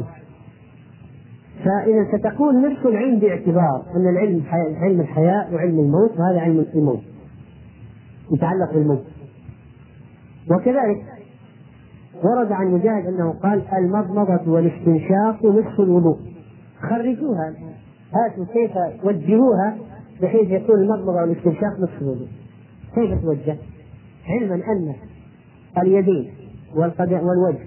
فإذا ستكون نفس العلم باعتبار أن العلم علم الحياة وعلم الموت، وهذا علم الموت يتعلق بالموت. وكذلك ورد عن مجاهد أنه قال المضمضة والاستنشاق نصف الوضوء. خرجوها، هاتوا كيف وجهوها بحيث يكون المضمضة والاستنشاق نصف الوضوء. كيف توجه؟ علما أن اليدين والوجه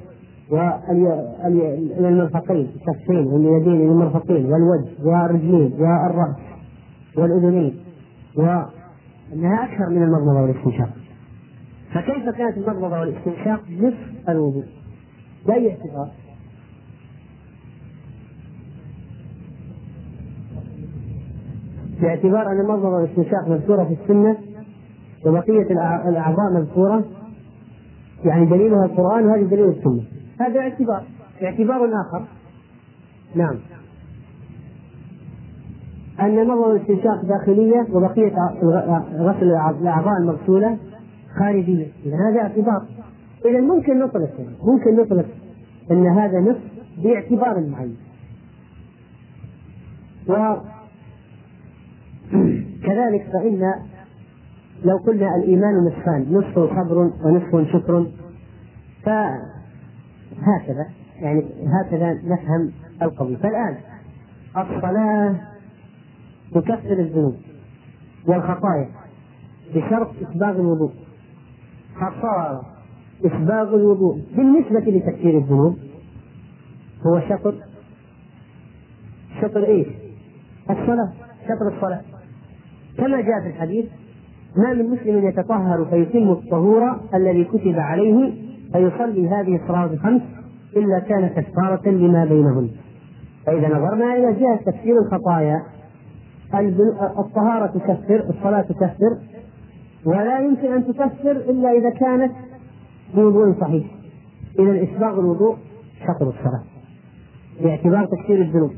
والمرفقين، الكفين واليدين والمرفقين والوجه والرجلين والرأس والأذنين، وأنها أكثر من المضمضة والاستنشاق. فكيف كانت المضمضة والاستنشاق نصف الوضوء؟ بأي اعتبار؟ باعتبار أن المضمضة والاستنشاق مذكورة في السنة وبقية الأعضاء مذكورة، يعني دليلها القرآن وهذا دليل السنة. هذا اعتبار آخر. نعم، أن المضمضة والاستنشاق داخلية وبقية غسل الأعضاء المغسولة خارجية. هذا اعتبار. إذا ممكن نطلق أن هذا نصف باعتبار معين. وكذلك فإن لو قلنا الإيمان نصفان، نصف صبر ونصف شكر، فهكذا يعني هكذا نفهم القضية. فالآن الصلاة تكفر الذنوب والخطايا بشرط إسباغ الوضوء. فصار إسباغ الوضوء بالنسبة لتكفير الذنوب هو شطر إيش؟ الصلاة، شطر الصلاة، كما جاء في الحديث: ما من مسلم يتطهر فيتم الطهور الذي كتب عليه فيصلي هذه الصلوات الخمس إلا كان كفارة لما بينهن. فإذا نظرنا إلى جهة تكفير الخطايا، الطهارة تكفر، الصلاة تكفر، ولا يمكن أن تكفر إلا إذا كانت بوضوء صحيح. إذا إسباغ الوضوء شطر الصلاة باعتبار تكفير الذنوب.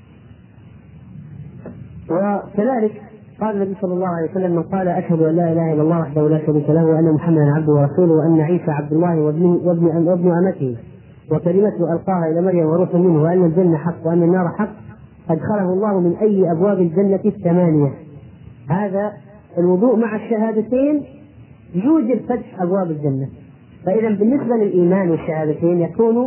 وكذلك قال النبي صلى الله عليه وسلم: من قال أشهد أن لا إله إلا الله وحده لا شريك له وأن محمدا عبده ورسوله وأن عيسى عبد الله وابن أمته وكلمته ألقاها إلى مريم وروح منه وأن الجنة حق وأن النار حق أدخله الله من أي أبواب الجنة الثمانية. هذا الوضوء مع الشهادتين يوجب فتح أبواب الجنة. فإذا بالنسبة للإيمان والشهادتين يكون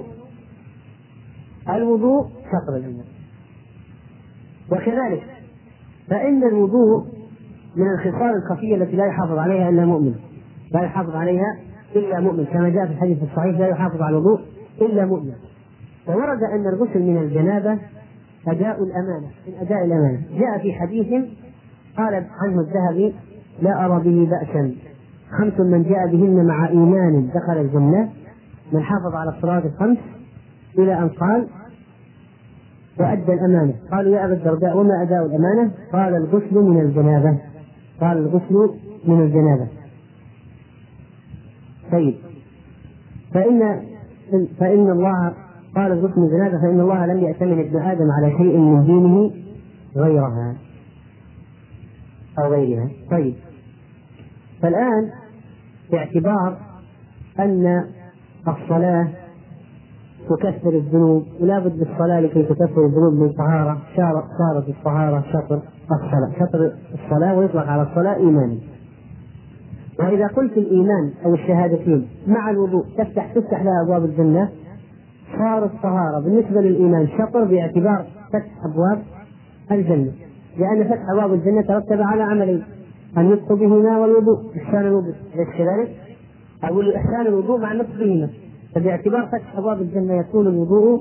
الوضوء شطر الجنة. وكذلك فإن الوضوء من الخصال الخفية التي لا يحافظ عليها إلا مؤمن، لا يحافظ عليها إلا مؤمن، كما جاء في الحديث الصحيح: لا يحافظ على الوضوء إلا مؤمن. فورد أن الغسل من الجنابة أداء الأمانة، من أداء الأمانة. جاء في حديث قال عنه الذهبي: لا أرى به بأسا، 5 من جاء بهن مع إيمان دخل الجنة، من حافظ على الصلاة الخمس، إلى أن قال: وأدى الأمانة. قالوا: يا أبا الدرداء وما أداء الأمانة؟ قال: الغسل من الجنابة. قال: الغسل من الجنابة. طيب، فإن الله قال: الغسل من الجنابة فإن الله لم يأتمن ابن آدم على شيء من دينه غيرها أو غيرها. طيب، فالآن باعتبار أن الصلاة تكفر الذنوب ولا بد للصلاة لكي تكفر الذنوب من طهارة، صارت الطهارة شطر الصلاة، شطر الصلاة، ويطلق على الصلاة إيمانا. وإذا قلت الإيمان أو الشهادتين مع الوضوء تفتح لها أبواب الجنة، صار الطهارة بالنسبة للإيمان شطر باعتبار فتح أبواب الجنة، لأن فتح أبواب الجنة ترتب على عملين: أن يدخل بهما والوضوء، إحسان الوضوء، أليس كذلك؟ أو إحسان الوضوء مع النطق بهما. فباعتبار فتح أبواب الجنة يكون الوضوء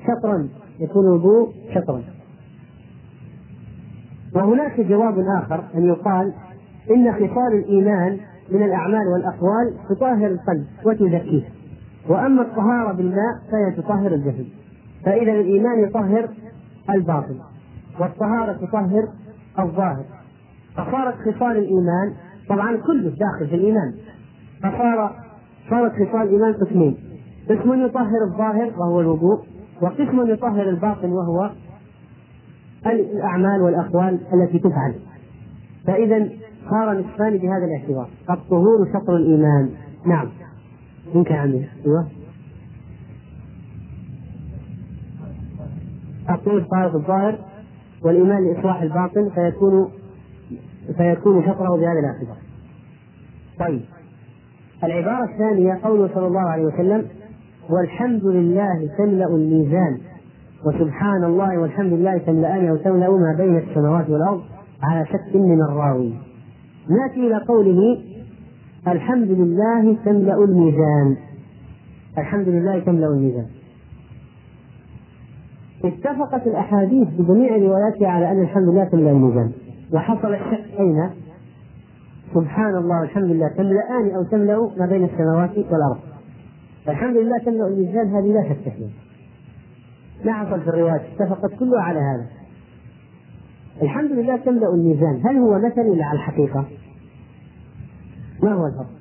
شطرا. وهناك جواب آخر أن يقال: إن خصال الإيمان من الأعمال والأقوال تطهر القلب وتزكيه، وأما الطهارة بالماء فهي تطهر الجسد. فإذا الإيمان يطهر الباطن والطهارة تطهر الظاهر. فصارت خصال الإيمان طبعا كله داخل في الإيمان، صارت خصال الإيمان قسمين: قسم يطهر الظاهر وهو الوضوء، وقسم يطهر الباطن وهو الأعمال والأقوال التي تفعل. فإذا صار نصفان بهذا الاعتبار: الطهور شطر الإيمان. نعم، منك عندي. أيوه، الطهور طهارة الظاهر والإيمان لإصلاح الباطن فيكون شطره بهذا الاعتبار. طيب، العبارة الثانية قوله صلى الله عليه وسلم: والحمد لله تملأ الميزان، وسبحان الله والحمد لله تملأان أو تملأ ما بين السماوات والأرض، على شك من الراوي. نأتي إلى قوله: الحمد لله تملأ الميزان. الحمد لله تملأ الميزان. اتفقت الأحاديث بجميع رواياتها على أن الحمد لله تملأ الميزان، وحصل الشك أين؟ سبحان الله والحمد لله تملأان أو تملأ ما بين السماوات والأرض. الحمد لله تملأ الميزان هذه لا شك فيها، ما حصل في الروايات، اتفقت كلها على هذا. الحمد لله تملأ الميزان، هل هو مثل ولا على الحقيقة؟ ما هو الفرق؟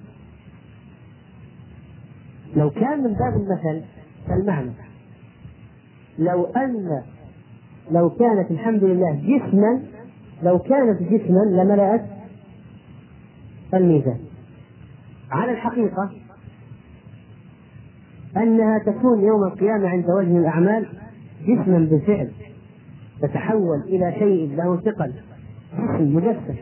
لو كان من باب المثل فالمعنى: لو كانت الحمد لله جسما، لملأت الميزان. على الحقيقة أنها تكون يوم القيامة عند وزن الأعمال جسما بالفعل، تتحول إلى شيء له ثقل، جسم مجسد.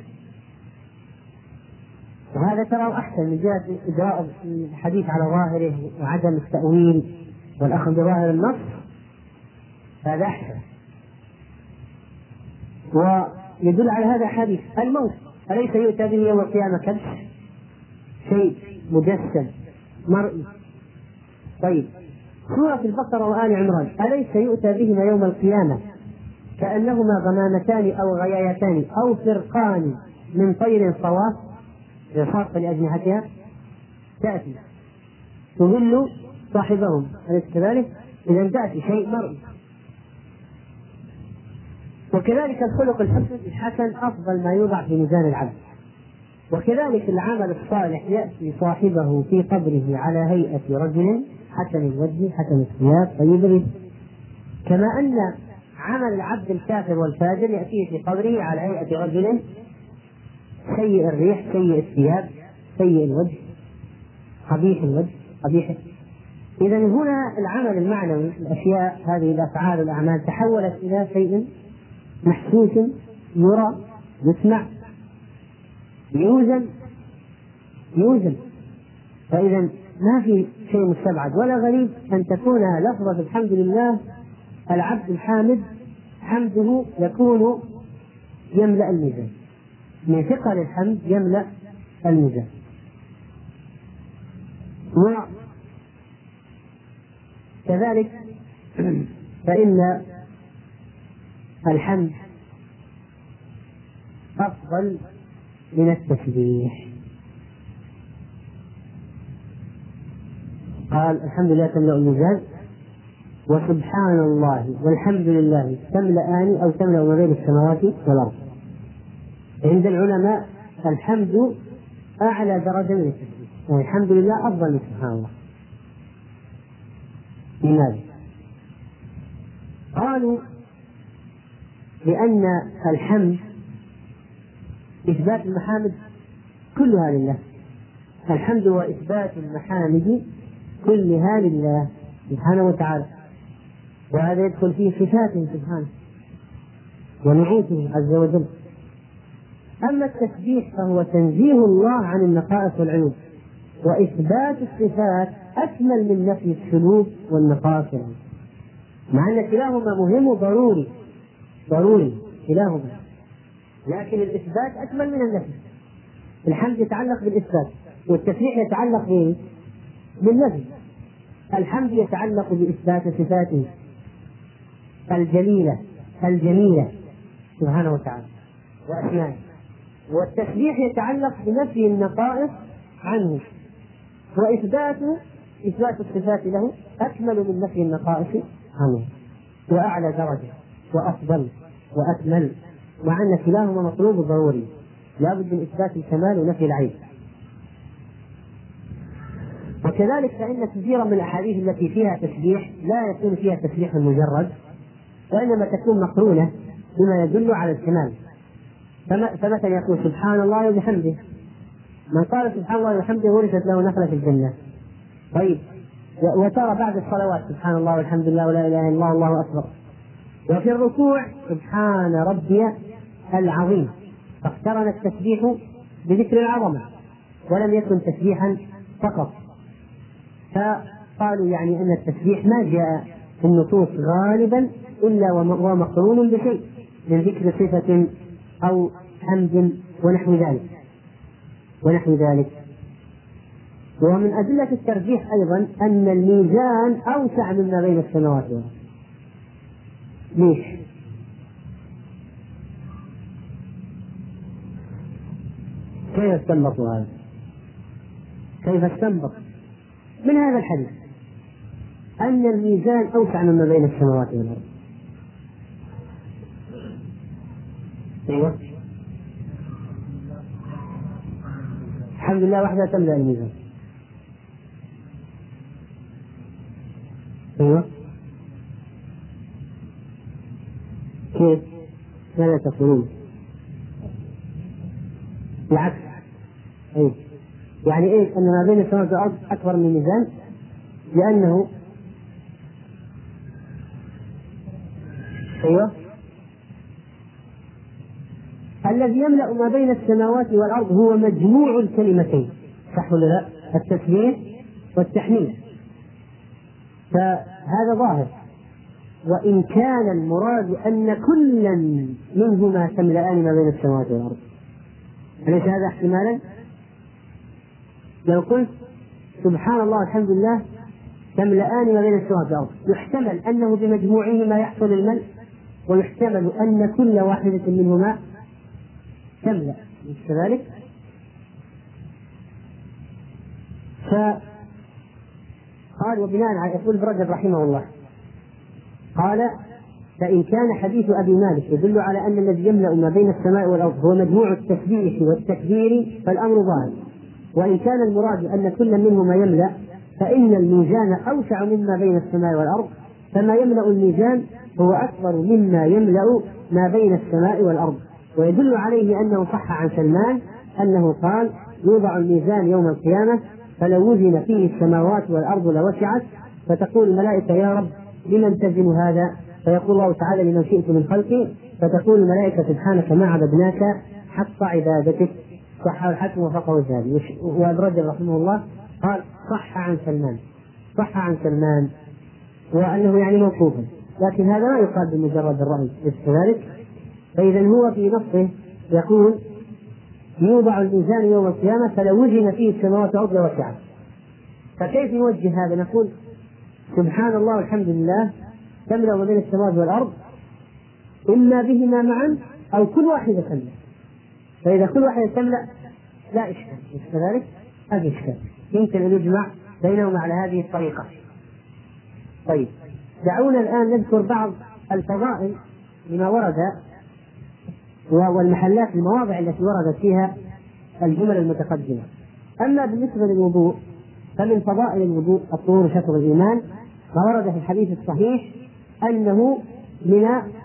وهذا ترى أحسن من جهة إجراء الحديث على ظاهره وعدم التأويل والأخذ بظاهر النص، هذا أحسن. ويدل على هذا حديث الموت: أليس يؤتى به يوم القيامة كبش، شيء مجسد مرئي. طيب، سورة البقرة وآل عمران أليس يؤتى بهما يوم القيامة كأنهما غمامتان أو غيايتان أو فرقان من طير صواف خاصة لأجنحتها تأتي تظل صاحبهم، أليس كذلك؟ إذا تأتي شيء مرئي. وكذلك الخلق الحسن أفضل ما يوضع في ميزان العبد. وكذلك العمل الصالح يأتي صاحبه في قبره على هيئة رجل حسن الوجه حسن الثياب طيب الريح، كما أن عمل العبد الكافر والفاجر يأتيه في قبره على هيئة رجل سيء الريح سيء الثياب سيء الوجه قبيح الوجه قبيح. إذا هنا العمل المعنوي الأشياء هذه الأفعال والأعمال تحولت إلى شيء محسوس يرى يسمع يوزن. فإذا ما في شيء مستبعد ولا غريب أن تكون لفظة الحمد لله العبد الحامد حمده يكون يملأ الميزان، من ثقل الحمد يملأ الميزان. وكذلك فإن الحمد أفضل من التسبيح. قال الحمد لله تملأ الميزان وسبحان الله والحمد لله تملأان أو تملأ ما بين السماوات والأرض. عند العلماء الحمد أعلى درجة من التسبيح، والحمد لله أفضل من سبحان الله. لماذا؟ قالوا لأن الحمد إثبات المحامد كلها لله، الحمد هو إثبات المحامد كلها لله سبحانه وتعالى، وهذا يدخل فيه صفاته سبحانه ونعوته عز وجل. أما التسبيح فهو تنزيه الله عن النقائص والعيوب، وإثبات الصفات أكمل من نفي السلوك والنقائص والعيوب، مع أن كلاهما مهم ضروري كلاهما، لكن الإثبات أكمل من النفي. الحمد يتعلق بالإثبات والتسبيح يتعلق بالنفي. الحمد يتعلق بإثبات صفاته الجميلة سبحانه وتعالى وأسمائه، والتسبيح يتعلق بنفي النقائص عنه، إثبات الصفات له أكمل من نفي النقائص عنه، وأعلى درجة وأفضل وأكمل، مع أن كلاهما مطلوب ضروري، لا بد من إثبات الكمال ونفي العيب. وكذلك فإن كثيرا من الأحاديث التي فيها تسبيح لا يكون فيها تسبيح مجرد، وإنما تكون مقرونة بما يدل على الكمال. فمثلا يقول سبحان الله وبحمده، من قال سبحان الله وبحمده ورثت له نخلة في الجنة. طيب، وترى بعد الصلوات سبحان الله والحمد لله ولا إله إلا الله والله أكبر. وفي الركوع سبحان ربي العظيم، فاقترن التسبيح بذكر العظمة ولم يكن تسبيحا فقط. فقالوا يعني أن التسبيح ما جاء في النصوص غالبا إلا وهو مقرون بشيء من ذكر صفة أو حمد ونحو ذلك. ومن أدلة الترجيح أيضا أن الميزان أوسع مما بين السماوات والأرض. ليش؟ كيف استنبطوا هذا؟ كيف استنبط من هذا الحديث أن الميزان أوسع مما بين السماوات والأرض؟ أيوة، الحمد لله وحده تملأ الميزان. أيوة، كيف؟ ماذا تقولون؟ العكس. أيوة، يعني إيه أن ما بين السماوات والأرض أكبر من الميزان؟ لأنه أيوة الذي يملأ ما بين السماوات والأرض هو مجموع الكلمتين، صح ولا لا؟ التسبيح والتحميد، فهذا ظاهر. وإن كان المراد أن كلا منهما تملأان ما بين السماوات والأرض، أليس هذا احتمالا؟ لو قلت سبحان الله والحمد لله تملأان ما بين السماء والأرض. يحتمل أنه بمجموعهما يحصل الملء، ويحتمل أن كل واحدة منهما تملأ كذلك. فقال وبناء على يقول ابن رجب رحمه الله قال فإن كان حديث أبي مالك يدل على أن الذي يملأ ما بين السماء والأرض هو مجموع التسبيح والتكبير فالأمر ظاهر، وإن كان المراد أن كل منهما يملأ فإن الميزان أوسع مما بين السماء والأرض، فما يملأ الميزان هو أكبر مما يملأ ما بين السماء والأرض. ويدل عليه أنه صح عن سلمان أنه قال يوضع الميزان يوم القيامة فلو وزن فيه السماوات والأرض لوسعت، فتقول الملائكة يا رب لمن تزن هذا؟ فيقول الله تعالى لمن شئت من خلقي، فتقول الملائكة سبحانك ما عبدناك حق عبادتك. صح الحكم وفقه الذهبي. وابن رجب رحمه الله قال صح عن سلمان وأنه يعني موقوفا، لكن هذا لا يقال بمجرد الرأي كذلك. فإذا هو في نصه يقول يوضع الميزان يوم القيامة فلو وزن فيه السماوات والأرض لوسعت. فكيف نوجه هذا؟ نقول سبحان الله والحمد لله تملأ ما بين السماوات والأرض، إما بهما معا أو كل واحدة تملأ. فإذا كل واحدة تملأ لا إشكال، مش كذلك؟ هذا إشكال يمكن أن يجمع بينهما على هذه الطريقة. طيب دعونا الآن نذكر بعض الفضائل لما ورد والمحلات المواضع التي وردت فيها الجمل المتقدمة. أما بالنسبة للوضوء فمن فضائل الوضوء الطهور شطر الإيمان، ما ورد في الحديث الصحيح أنه من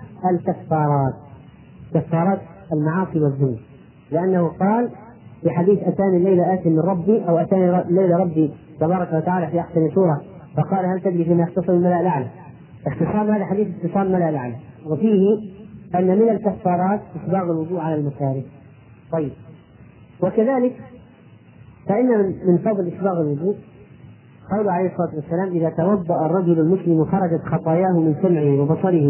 كفارات المعاصي والذنوب، لأنه قال في حديث أتاني الليلة آت من ربي، أو أتاني الليلة ربي تبارك وتعالى في أحسن سورة، فقال هل تدري فيما يختصر الملأ الأعلى؟ اختصار هذا حديث اختصار الملأ الأعلى، وفيه أن من الكفارات إسباغ الوضوء على المكاره. طيب وكذلك فإن من فضل إسباغ الوضوء قول عليه الصلاة والسلام إذا توضأ الرجل المسلم خرجت خطاياه من سمعه وبصره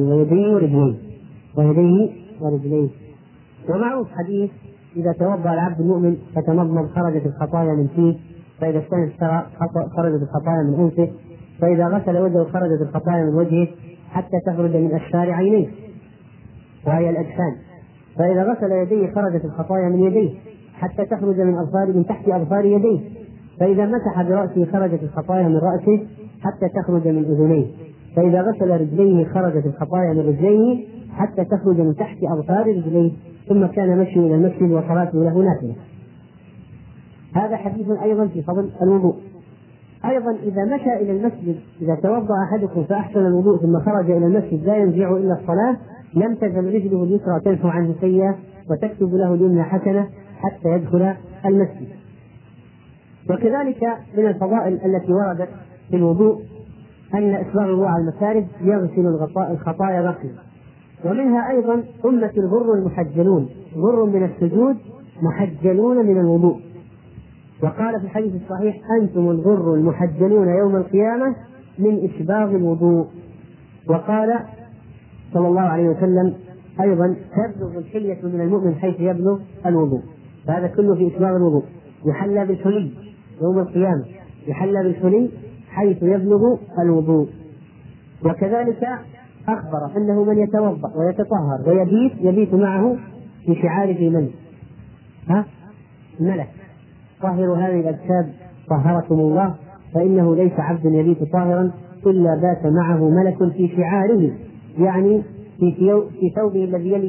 ويديه ورجليه. ومعروف حديث إذا توضأ العبد المؤمن فتمضمض خرجت الخطايا من فيه، فإذا استنشق خرجت الخطايا من أنفه، فإذا غسل وجهه خرجت الخطايا من وجهه حتى تخرج من أشفار عينيه وهي الأجفان، فإذا غسل يديه خرجت الخطايا من يديه حتى تخرج من تحت أظفار يديه، فإذا مسح برأسه خرجت الخطايا من رأسه حتى تخرج من أذنيه، فإذا غسل رجليه خرجت الخطايا من رجليه حتى تخرج من تحت أظفار رجليه، ثم كان مشي إلى المسجد وصلاته له نافلة. هذا حديث أيضا في فضل الوضوء. أيضا إذا مشى إلى المسجد، إذا توضأ أحدكم فأحسن الوضوء ثم خرج إلى المسجد لا ينزع إلا الصلاة، لم تزل رجله اليسرى تنفع عنه سيئة وتكتب له اليمنى حسنة حتى يدخل المسجد. وكذلك من الفضائل التي وردت في الوضوء أن إسباغ الوضوء على المكاره يغسل الخطايا غسلا. ومنها أيضا أمة الغر المحجلون، غر من السجود محجلون من الوضوء. وقال في الحديث الصحيح أنتم الغر المحجلون يوم القيامة من إسباغ الوضوء. وقال صلى الله عليه وسلم أيضا تبلغ الحلية من المؤمن حيث يبلغ الوضوء، فهذا كله في إسباغ الوضوء. يحلى بالحلي يوم القيامة، يحلى بالحلي حيث يبلغ الوضوء. وكذلك أخبر أنه من يتوضأ ويتطهر يبيت معه في شعاره من ملك طهروا هذه الأجساد طهركم الله، فإنه ليس عبد يبيت طاهرا إلا بات معه ملك في شعاره، يعني في ثوبه الذي يلي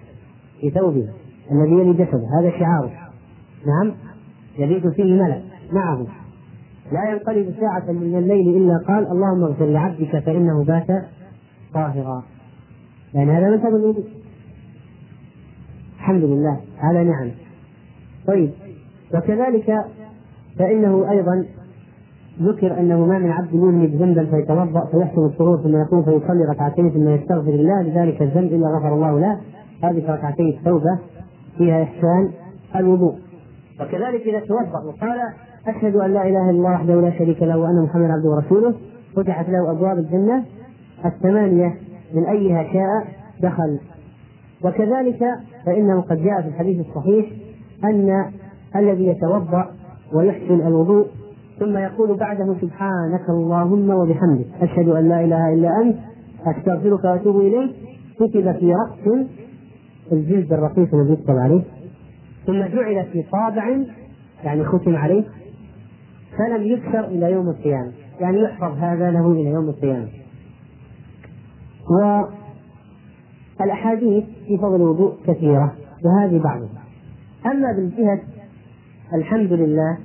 جسده، هذا شعاره. نعم يبيت فيه ملك معه لا ينقلب ساعة من الليل إلا قال اللهم اغفر لعبدك فإنه بات طاهرا، لأن هذا مذهب الوضوء. الحمد لله على نعم. طيب وكذلك فإنه أيضا ذكر أنه ما من عبد يذنب ذنبا فيتوضأ فيحسن الشروط ثم يقوم فيصلي ركعتين ثم يستغفر الله لذلك الذنب إلا غفر الله له. هذه ركعتي التوبة فيها إحسان الوضوء. وكذلك إذا توضأ وقال أشهد أن لا إله إلا الله وحده لا شريك له وأن محمدا عبده ورسوله فتحت له أبواب الجنة 8 من أيها شاء دخل. وكذلك فإنه قد جاء في الحديث الصحيح أن الذي يتوضأ ويحسن الوضوء ثم يقول بعده سبحانك اللهم وبحمدك أشهد أن لا إله إلا أنت أستغفرك وأتوب إليك، كتب في رأس الجلد الرقيق الذي يكتب عليه، ثم جعل في طابع يعني ختم عليه، فلم يكسر إلى يوم القيامة، يعني يحفظ هذا له إلى يوم القيامة. والأحاديث في فضل الوضوء كثيرة وهذه بعضها. أما بالجهة الحمد لله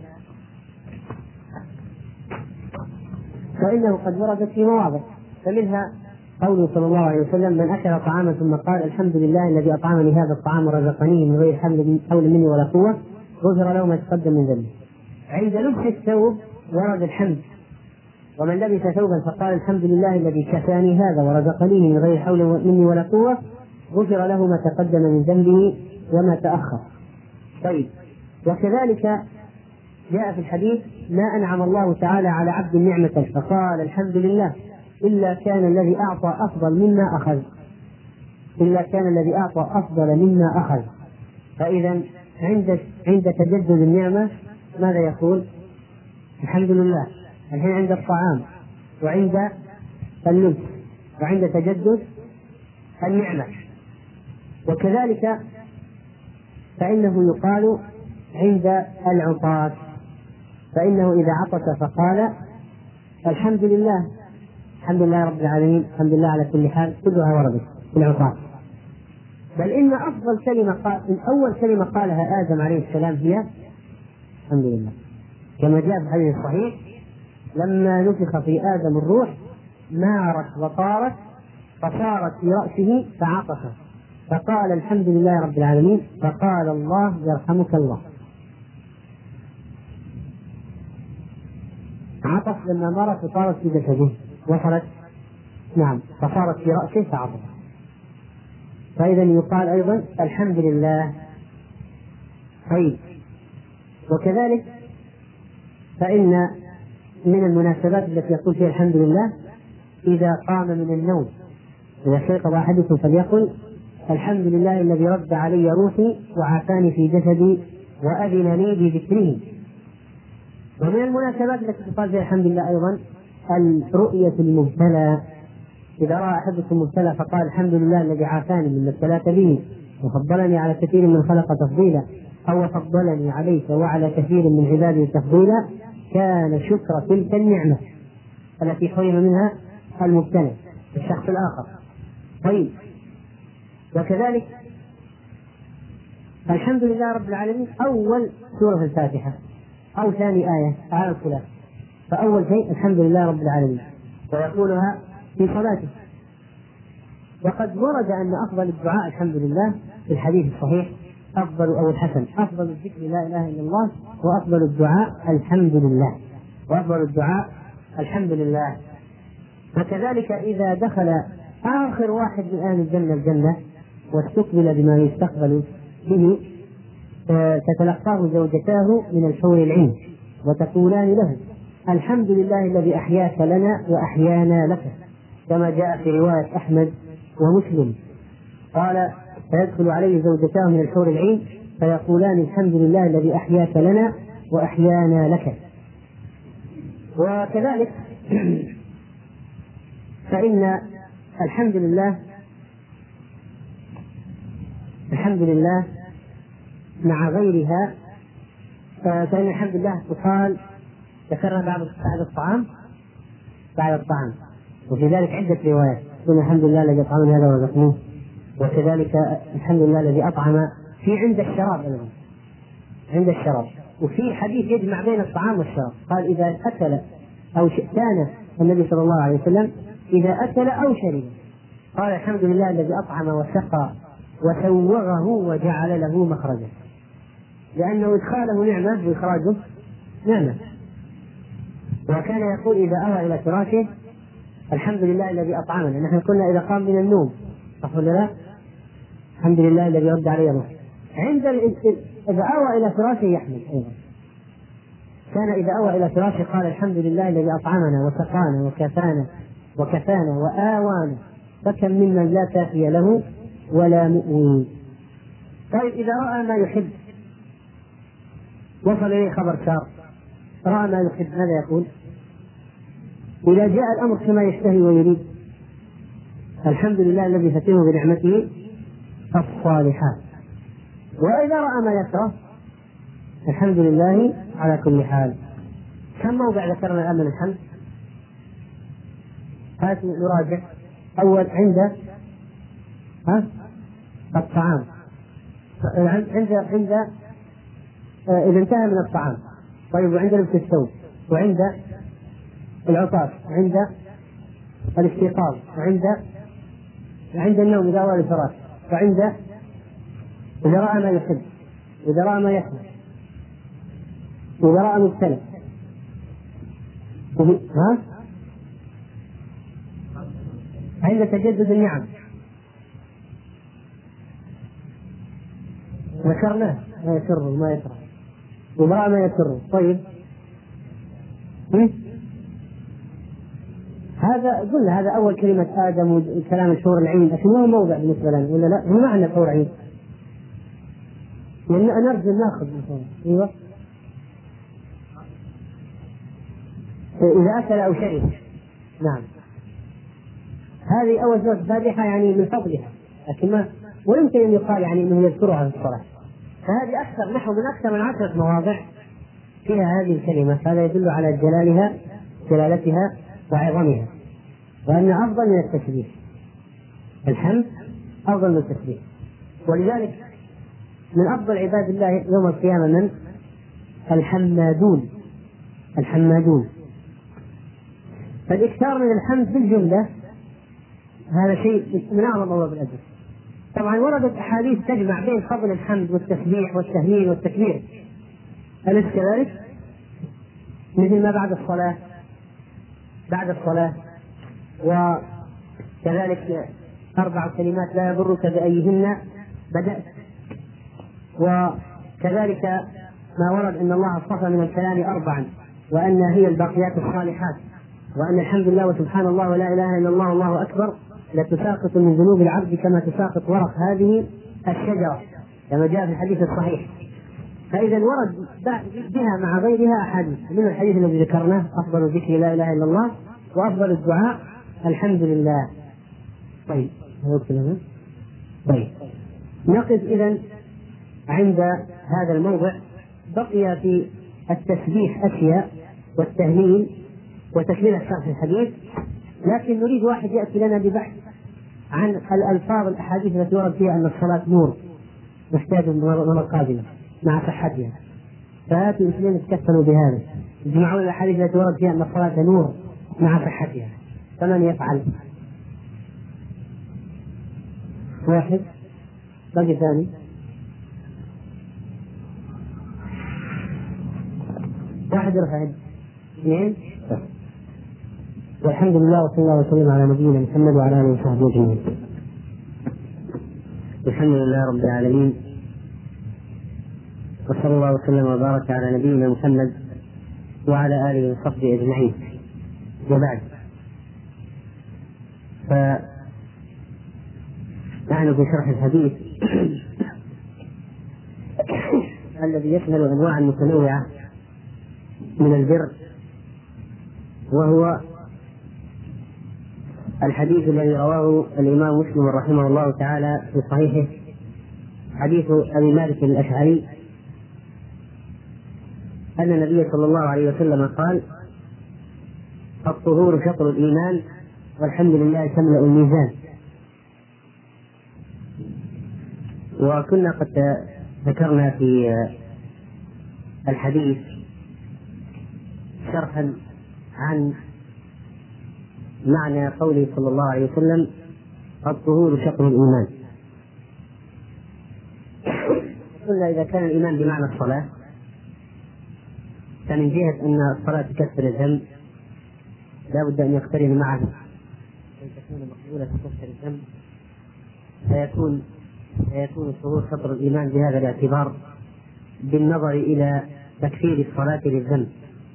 فإنه قد وردت في مواضع، فمنها قوله صلى الله عليه وسلم: من أكل طعاما ثم قال الحمد لله الذي أطعمني هذا الطعام ورزقنيه من غير حول مني ولا قوة غفر له ما تقدم من ذنبه. عند لبس الثوب ورد الحمد: ومن لبس ثوبا فقال الحمد لله الذي كفاني هذا ورزقنيه من غير حول مني ولا قوة غفر له ما تقدم من ذنبه وما تأخر. طيب، وكذلك جاء في الحديث: ما أنعم الله تعالى على عبد نعمة فقال الحمد لله إلا كان الذي أعطى أفضل مما أخذ، إلا كان الذي أعطى أفضل مما أخذ. فإذا عند تجدد النعمة ماذا يقول؟ الحمد لله. الحين عند الطعام وعند اللبس وعند تجدد النعمة. وكذلك فإنه يقال عند العطاس، فإنه إذا عطس فقال الحمد لله، الحمد لله رب العالمين، الحمد لله على كل حال، كلها وردت في العطاس. بل إن أفضل كلمة إن أول كلمة قالها آدم عليه السلام هي الحمد لله، كما جاء في الحديث الصحيح: لما نفخ في آدم الروح نارت وطارت فصارت في رأسه فعطس فقال الحمد لله رب العالمين، فقال الله يرحمك الله. عطس لما مرت وطارت في جسده وصلت فصارت في رأسه فعطس. فإذا يقال أيضا الحمد لله. طيب، وكذلك فإن من المناسبات التي يقول فيها الحمد لله إذا قام من النوم، إذا استيقظ أحدكم فليقل الحمد لله الذي رد علي روحي وعافاني في جسدي وأذن لي بذكره. ومن المناسبات التي تقال فيها الحمد لله أيضا الرؤية المبتلى، إذا رأى أحدكم مبتلى فقال الحمد لله الذي عافاني مما ابتلاك به وفضلني على كثير من خلق تفضيلا، أو فضلني عليك وعلى كثير من عباده تفضيلا، كان شكر تلك النعمة التي حرم منها المبتلى الشخص الآخر. طيب، وكذلك الحمد لله رب العالمين أول سورة الفاتحة أو ثاني آية على الخلاف، فأول شيء الحمد لله رب العالمين، ويقولها في صلاته. وقد ورد أن أفضل الدعاء الحمد لله في الحديث الصحيح أفضل أو الحسن: أفضل الذكر لا إله إلا الله، وأفضل الدعاء الحمد لله، وأفضل الدعاء الحمد لله. وكذلك إذا دخل آخر واحد من أهل الجنة واستقبل بما يستقبل به تتلقاه زوجتاه من الحور العين وتقولان له الحمد لله الذي أحياك لنا وأحيانا لك، كما جاء في رواية أحمد ومسلم قال: فيدخل عليه زوجتاه من الحور العين فيقولان الحمد لله الذي أحياك لنا وأحيانا لك. وكذلك فإن الحمد لله مع غيرها، فإن الحمد لله تقال ذكرنا بعد الطعام، وفي ذلك عدة روايات: قلنا الحمد لله الذي أطعمني هذا ورزقنيه، وكذلك الحمد لله الذي أطعم، في عند الشراب أيضا، عند الشراب. وفي حديث يجمع بين الطعام والشراب، قال إذا أكل أو كان النبي صلى الله عليه وسلم إذا أكل أو شرب قال الحمد لله الذي أطعم وسقى وسوغه وجعل له مخرجا، لأنه إدخاله نعمة وإخراجه نعمة. وكان يقول إذا أوى إلى فراشه الحمد لله الذي أطعمنا. نحن قلنا إذا قام من النوم صح ولا لا؟ الحمد لله الذي رد علي روحي. إذا أوى إلى فراشه يحمد أيضا. كان إذا أوى إلى فراشه قال الحمد لله الذي أطعمنا وسقانا وكفانا وآوانا، فكم ممن لا كافي له ولا مؤوي. طيب، إذا رأى ما يحب وصل إليه خبر سار رأى ما يحب ماذا يقول؟ إذا جاء الأمر كما يشتهي ويريد الحمد لله الذي فتنه بنعمته الصالحات. وإذا رأى ما يكره الحمد لله على كل حال. كم موضع ذكرنا الآن من الحمد؟ هات نراجع. أول عند الطعام، عند إذا انتهى من الطعام، طيب، وعند لبس الثوب، وعند العطاس، وعند الاستيقاظ، وعند النوم إذا أوى الفراش، وعند إذا رأى ما يحب، إذا رأى ما يكره، إذا رأى مبتلى، عند تجدد النعم ذكرناه ما يسر وما يكره، إذا رأى ما يسر. طيب هذا قلنا هذا أول كلمة آدم وكلام الحور العين، لكن هو موضع بالنسبة لنا ولا لا؟ ما معنى الحور العين؟ لأن نرجو ناخذ مثلا. أيوه، إذا أكل أو شرب. نعم، هذه أول سورة فاتحة يعني من فضلها، لكن ما ويمكن أن يقال يعني أنه يذكرها في الصلاة. فهذه أكثر نحو من أكثر من 10 مواضع فيها هذه الكلمة، هذا يدل على جلالتها وعظمها، وأن أفضل من التسبيح. الحمد أفضل من التسبيح، ولذلك من أفضل عباد الله يوم القيامة من؟ الحمادون. فالإكثار من الحمد بالجملة هذا شيء من أعظم أبواب الأجر. طبعا وردت أحاديث تجمع بين فضل الحمد والتسبيح والتهليل والتكبير، أليس كذلك؟ مثل ما بعد الصلاة، وكذلك 4 كلمات لا يضرك بأيهن بدأت، وكذلك ما ورد أن الله اصطفى من الكلام 4 وأن هي الباقيات الصالحات، وأن الحمد لله وسبحان الله ولا إله إلا الله والله أكبر لتساقط من ذنوب العبد كما تساقط ورق هذه الشجرة كما جاء في الحديث الصحيح. فإذا ورد بها مع غيرها أحاديث، من الحديث الذي ذكرناه أفضل الذكر لا إله إلا الله، وأفضل الدعاء الحمد لله. طيب نقف إذن عند هذا الموضع. بقي في التسبيح أشياء والتهليل وتكملة شرح الحديث، لكن نريد واحد يأتي لنا ببحث عن الألفاظ الأحاديث التي ورد فيها أن الصلاة نور محتاج مرة قادمة مع صحتها. فهاتوا الاثنين يتكفلوا بهذا، يجمعون الأحاديث التي ورد فيها أن الصلاة نور مع صحتها. فمن يفعل؟ واحد، باقي ثاني. واحد يرفع، 2. والحمد لله وصلى الله وسلم على نبينا محمد وعلى اله وصحبه اجمعين. الحمد لله رب العالمين، وصلى الله وسلم وبارك على نبينا محمد وعلى اله وصحبه اجمعين. وبعد، فنحن في شرح الحديث الذي يشمل انواعا متنوعه من البر، وهو الحديث الذي رواه الإمام مسلم رحمه الله تعالى في صحيحه، حديث أبي مالك الأشعري أن النبي صلى الله عليه وسلم قال: الطهور شطر الإيمان والحمد لله تملأ الميزان. وكنا قد ذكرنا في الحديث شرحا عن معنى قوله صلى الله عليه وسلم: الطهور شطر الإيمان. قلنا إذا كان الإيمان بمعنى الصلاة، فمن جهة أن الصلاة تكفر الذنب لا بد أن يقترن معه كي تكون مقبولة تكفر الذنب، فيكون الطهور شطر الإيمان بهذا الاعتبار بالنظر إلى تكفير الصلاة للذنب.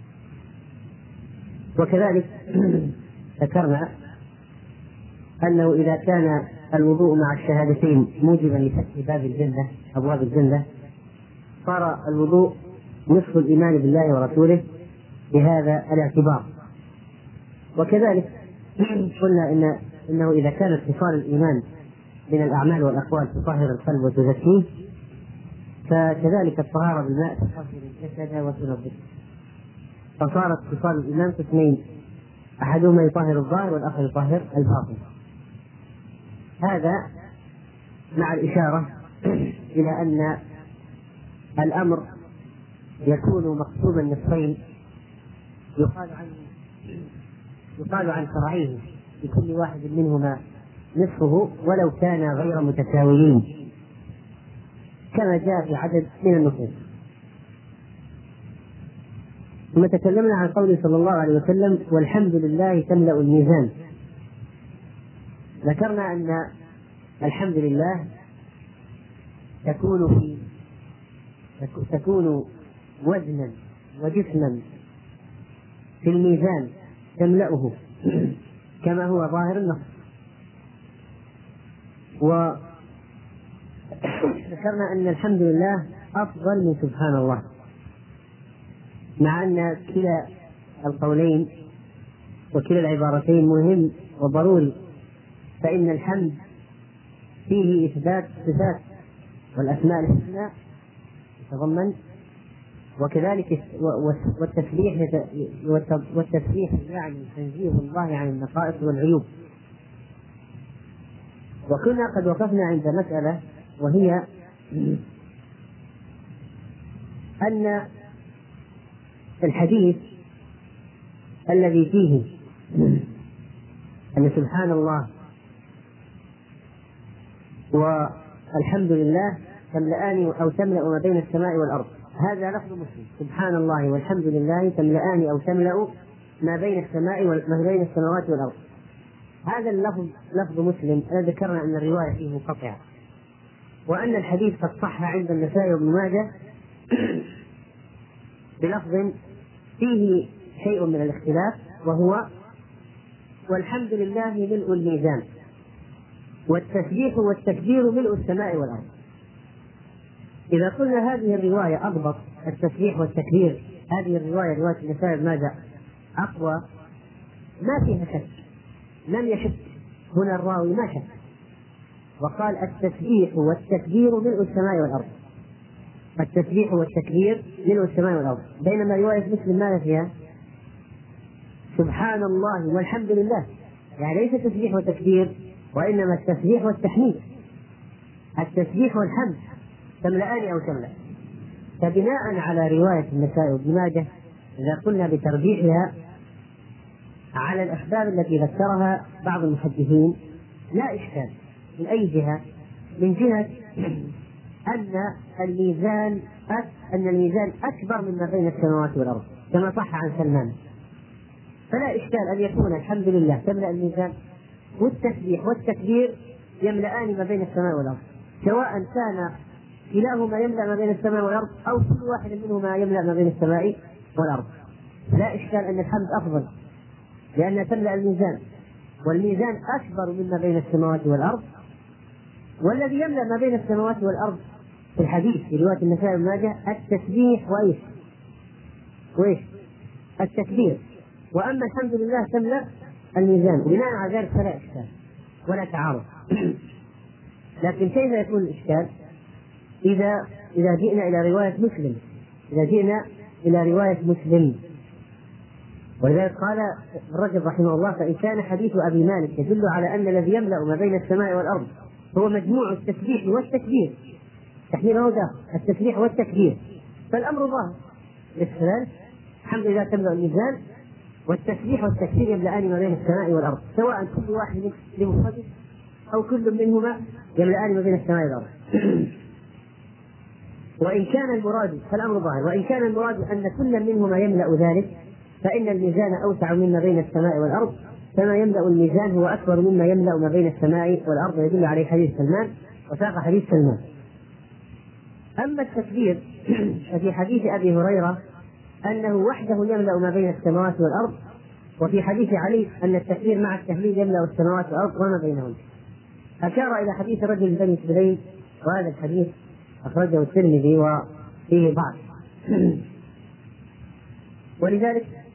وكذلك ذكرنا أنه إذا كان الوضوء مع الشهادتين موجبا لفتح باب الجنة، أبواب الجنة، صار الوضوء نصف الإيمان بالله ورسوله بهذا الاعتبار. وكذلك قلنا إنه إذا كانت خصال الإيمان من الأعمال والأقوال تطهر القلب وتزكيه، فكذلك الطهارة بالماء تطهر الجسد وتنظفه. فصارت خصال الإيمان قسمين، أحدهما يطهر الظاهر والآخر يطهر الباطن. هذا مع الإشارة إلى أن الأمر يكون مقسوما نصفين، يقال عن فرعيه لكل واحد منهما نصفه ولو كان غير متساويين، كما جاء في عدد من النصوص. ثم تكلمنا عن قوله صلى الله عليه وسلم: والحمد لله تملأ الميزان. ذكرنا أن الحمد لله تكون وزنا وجسما في الميزان تملأه كما هو ظاهر النص. وذكرنا أن الحمد لله أفضل من سبحان الله، مع أن كلا القولين وكلا العبارتين مهم وضروري، فإن الحمد فيه إثبات صفات والأسماء الحسنى يتضمن، وكذلك والتسبيح يعني تنزيه الله عن النقائص والعيوب. وكنا قد وقفنا عند مسألة، وهي أن الحديث الذي فيه أن سبحان الله والحمد لله تملأان أو تملأ ما بين السماء والأرض، هذا لفظ مسلم: سبحان الله والحمد لله تملأان أو تملأ ما بين السماوات والأرض. هذا اللفظ لفظ مسلم. ذكرنا أن الرواية فيه منقطعة، وأن الحديث قد صح عند النسائي وابن ماجه بلفظ فيه شيء من الاختلاف، وهو: والحمد لله ملء الميزان والتسبيح والتكبير ملء السماء والأرض. إذا قلنا هذه الرواية أضبط، التسبيح والتكبير، هذه الرواية رواية النسائي وابن ماجه أقوى، ما فيها شك، لم يشك هنا الراوي، ما شك، وقال: التسبيح والتكبير ملء السماء والأرض. التسبيح والتكبير ملء السماء والأرض. بينما رواية مسلم ماذا فيها؟ سبحان الله والحمد لله، يعني ليس تسبيح وتكبير، وإنما التسبيح والتحميد. التسبيح والحمد تملأان أو تملأ. فبناء على رواية النسائي وابن ماجه، إذا قلنا بترجيحها على الأسباب التي ذكرها بعض المحدثين، لا إشكال من أي جهة، من جهة أن الميزان أكبر مما بين السماوات والأرض كما صح عن سلمان، فلا إشكال أن يكون الحمد لله تملأ الميزان والتسبيح والتكبير يملأان ما بين السماء والأرض، سواء كان كلاهما يملأ ما بين السماء والأرض أو كل واحد منهما يملأ ما بين السماء والأرض. لا إشكال أن الحمد أفضل لأنها تملأ الميزان، والميزان أكبر مما بين السماوات والأرض. والذي يملأ ما بين السماوات والأرض في الحديث في رواية النسائي وابن ماجه التسبيح وإيش التكبير، وأما الحمد لله تملأ الميزان. بناء على ذلك فلا إشكال ولا تعارض. لكن كيف يكون الإشكال؟ إذا جئنا إلى رواية مسلم، ولذلك قال الرجل رحمه الله: فإن كان حديث أبي مالك يدل على أن الذي يملأ ما بين السماء والأرض هو مجموع التسبيح والتكبير، تحميل هو التسبيح والتكبير، فالأمر ظاهر الاستدلال: الحمد لله تملأ الميزان والتسبيح والتكبير يملأان ما بين السماء والأرض، سواء كل واحد لمفرده أو كل منهما يملأان ما بين السماء والأرض. وإن كان المراد فالأمر ظاهر، وإن كان المراد أن كل منهما يملأ ذلك فإن الميزان أوسع مما بين السماء والأرض، كما يملأ الميزان هو أكبر مما يملأ ما بين السماء والأرض، يدل عليه حديث سلمان وساق حديث سلمان. أما التكبير ففي حديث أبي هريرة أنه وحده يملأ ما بين السماوات والأرض، وفي حديث علي أن التكبير مع التهليل يملأ السماوات والأرض وما بينهم. أشار إلى حديث رجل بني سليم، وهذا الحديث أخرجه الترمذي وفيه ضعف. ولذلك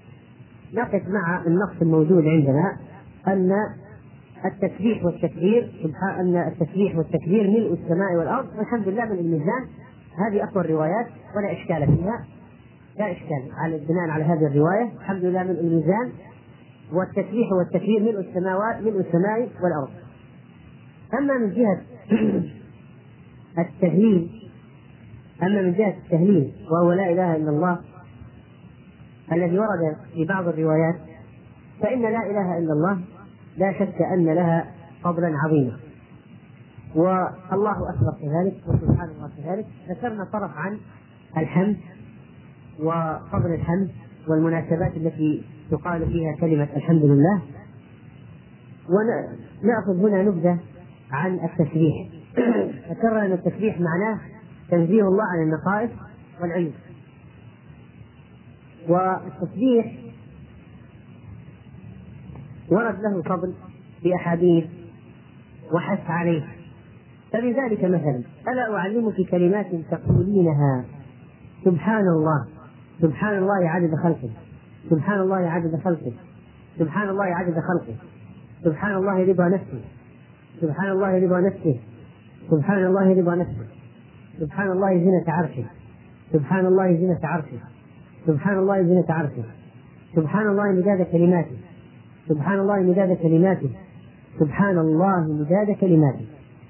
نقف مع النص الموجود عندنا أن التسبيح والتكبير أن التسبيح والتكبير ملء السماء والأرض والحمد لله من الميزان. هذه أقوى الروايات ولا إشكال فيها، لا إشكال على البناء على هذه الرواية. الحمد لله من الميزان، والتسبيح والتكبير ملء السماوات ملء السماء والأرض. أما من جهة التهليل وهو لا إله إلا الله الذي ورد في بعض الروايات، فإن لا إله إلا الله لا شك أن لها فضلا عظيما، والله أكبر كذلك وسبحان الله كذلك. ذكرنا طرف عن الحمد وفضل الحمد والمناسبات التي تقال فيها كلمة الحمد لله، ونأخذ هنا نبذة عن التسبيح. ذكرنا أن التسبيح معناه تنزيه الله عن النقائص والعيوب، والتسبيح ورد له فضل بأحاديث وحث عليه. فمن ذلك مثلا: ألا أعلمك كلمات تقولينها سبحان الله، سبحان الله عدد خلقه، سبحان الله عدد خلقه، سبحان الله عدد خلقه، سبحان الله رضا نفسه، سبحان الله رضا نفسه، سبحان الله رضا نفسه، سبحان الله زنة عرشه، سبحان الله زنة عرشه، سبحان الله زنة عرشه، سبحان الله مداد كلماته، سبحان الله مداد كلماته، سبحان الله مداد كلماته.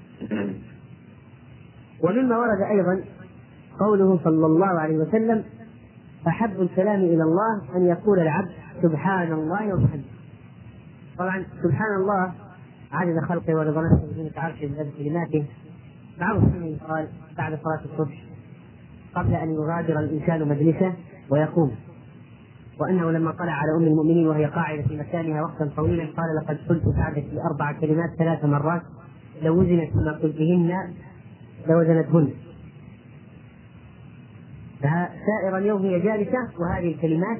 ومما ورد أيضا قوله صلى الله عليه وسلم: أحب الكلام إلى الله أن يقول العبد سبحان الله وبحمده. طبعا سبحان الله عدد خلقه ورضا نفسه وزنة عرشه ومداد كلماته بعض السنة قال بعد صلاة الصبح قبل أن يغادر الإنسان مجلسه ويقوم، وأنه لما طلع على أم المؤمنين وهي قاعدة في مكانها وقتا طويلا قال: لقد قلت بعدك 4 كلمات 3 مرات لو وزنت ما قلتهن لوزنتهن. سائر اليوم هي جالسة وهذه الكلمات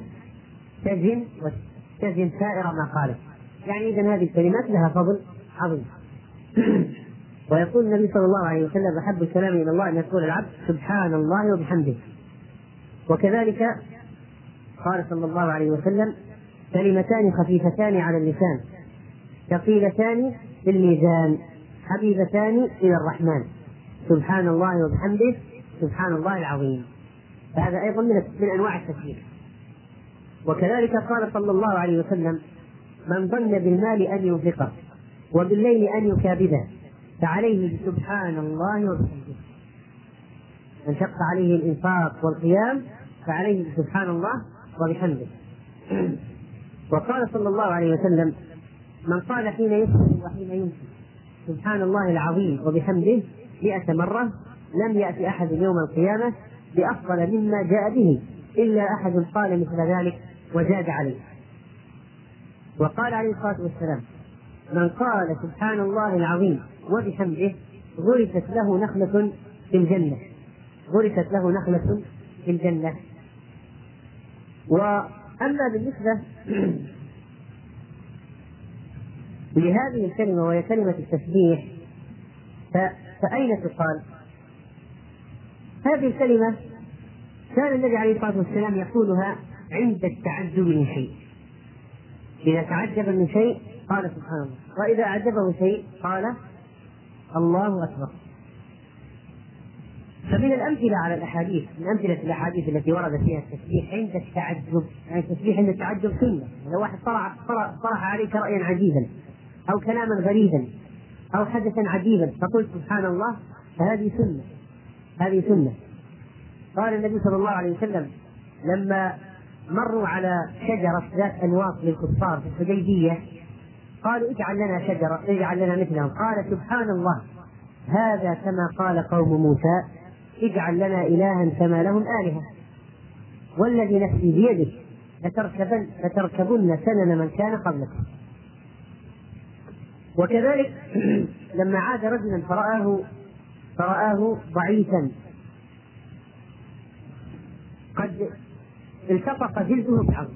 تزن سائر ما قالت، يعني إذن هذه الكلمات لها فضل عظيم. ويقول النبي صلى الله عليه وسلم: أحب الكلام إلى الله أن يقول العبد سبحان الله وبحمده. وكذلك قال صلى الله عليه وسلم: كلمتان خفيفتان على اللسان ثقيلتان في الميزان حبيبتان إلى الرحمن، سبحان الله وبحمده سبحان الله العظيم. فهذا أيضا من أنواع التسبيح. وكذلك قال صلى الله عليه وسلم: من ظن بالمال أن ينفقه وبالليل أن يكابده فعليه بسبحان الله وبحمده. من شق عليه الإنفاق والقيام فعليه بسبحان الله وبحمده. وقال صلى الله عليه وسلم: من قال حين يسجد وحين يمسي سبحان الله العظيم وبحمده 100 مرة لم يأتي أحد يوم القيامة بأفضل مما جاء به إلا أحد قال مثل ذلك وزاد عليه. وقال عليه الصلاة والسلام: من قال سبحان الله العظيم وبحمده غرست له نخلة في الجنة، غرست له نخلة في الجنة. وأما بالنسبة لهذه الكلمة وهي كلمة التسبيح فأين تقال؟ هذه الكلمة كان النبي عليه الصلاة والسلام يقولها عند التعجب من شيء. إذا تعجب من شيء قال سبحان الله، وإذا أعجبه شيء قال الله أكبر. فمن الأمثلة على الأحاديث، من أمثلة الأحاديث التي ورد فيها التسبيح عند التعجب، يعني التسبيح عند التعجب سنة. لو واحد طرح عليك رأيا عجيبا أو كلاما غريبا أو حدثا عجيبا فقلت سبحان الله فهذه سنة، هذه سنة. قال النبي صلى الله عليه وسلم لما مروا على شجرة ذات أنواط للكفار في الحديبية قالوا: اجعل لنا شجرة، اجعل لنا مثلهم. قال: سبحان الله، هذا كما قال قوم موسى: اجعل لنا إلها كما لهم آلهة، والذي نفسي بيده لتركبن سنن من كان قبلكم. وكذلك لما عاد رجلا فرآه ضعيفا قد التقط جلده بعظمه،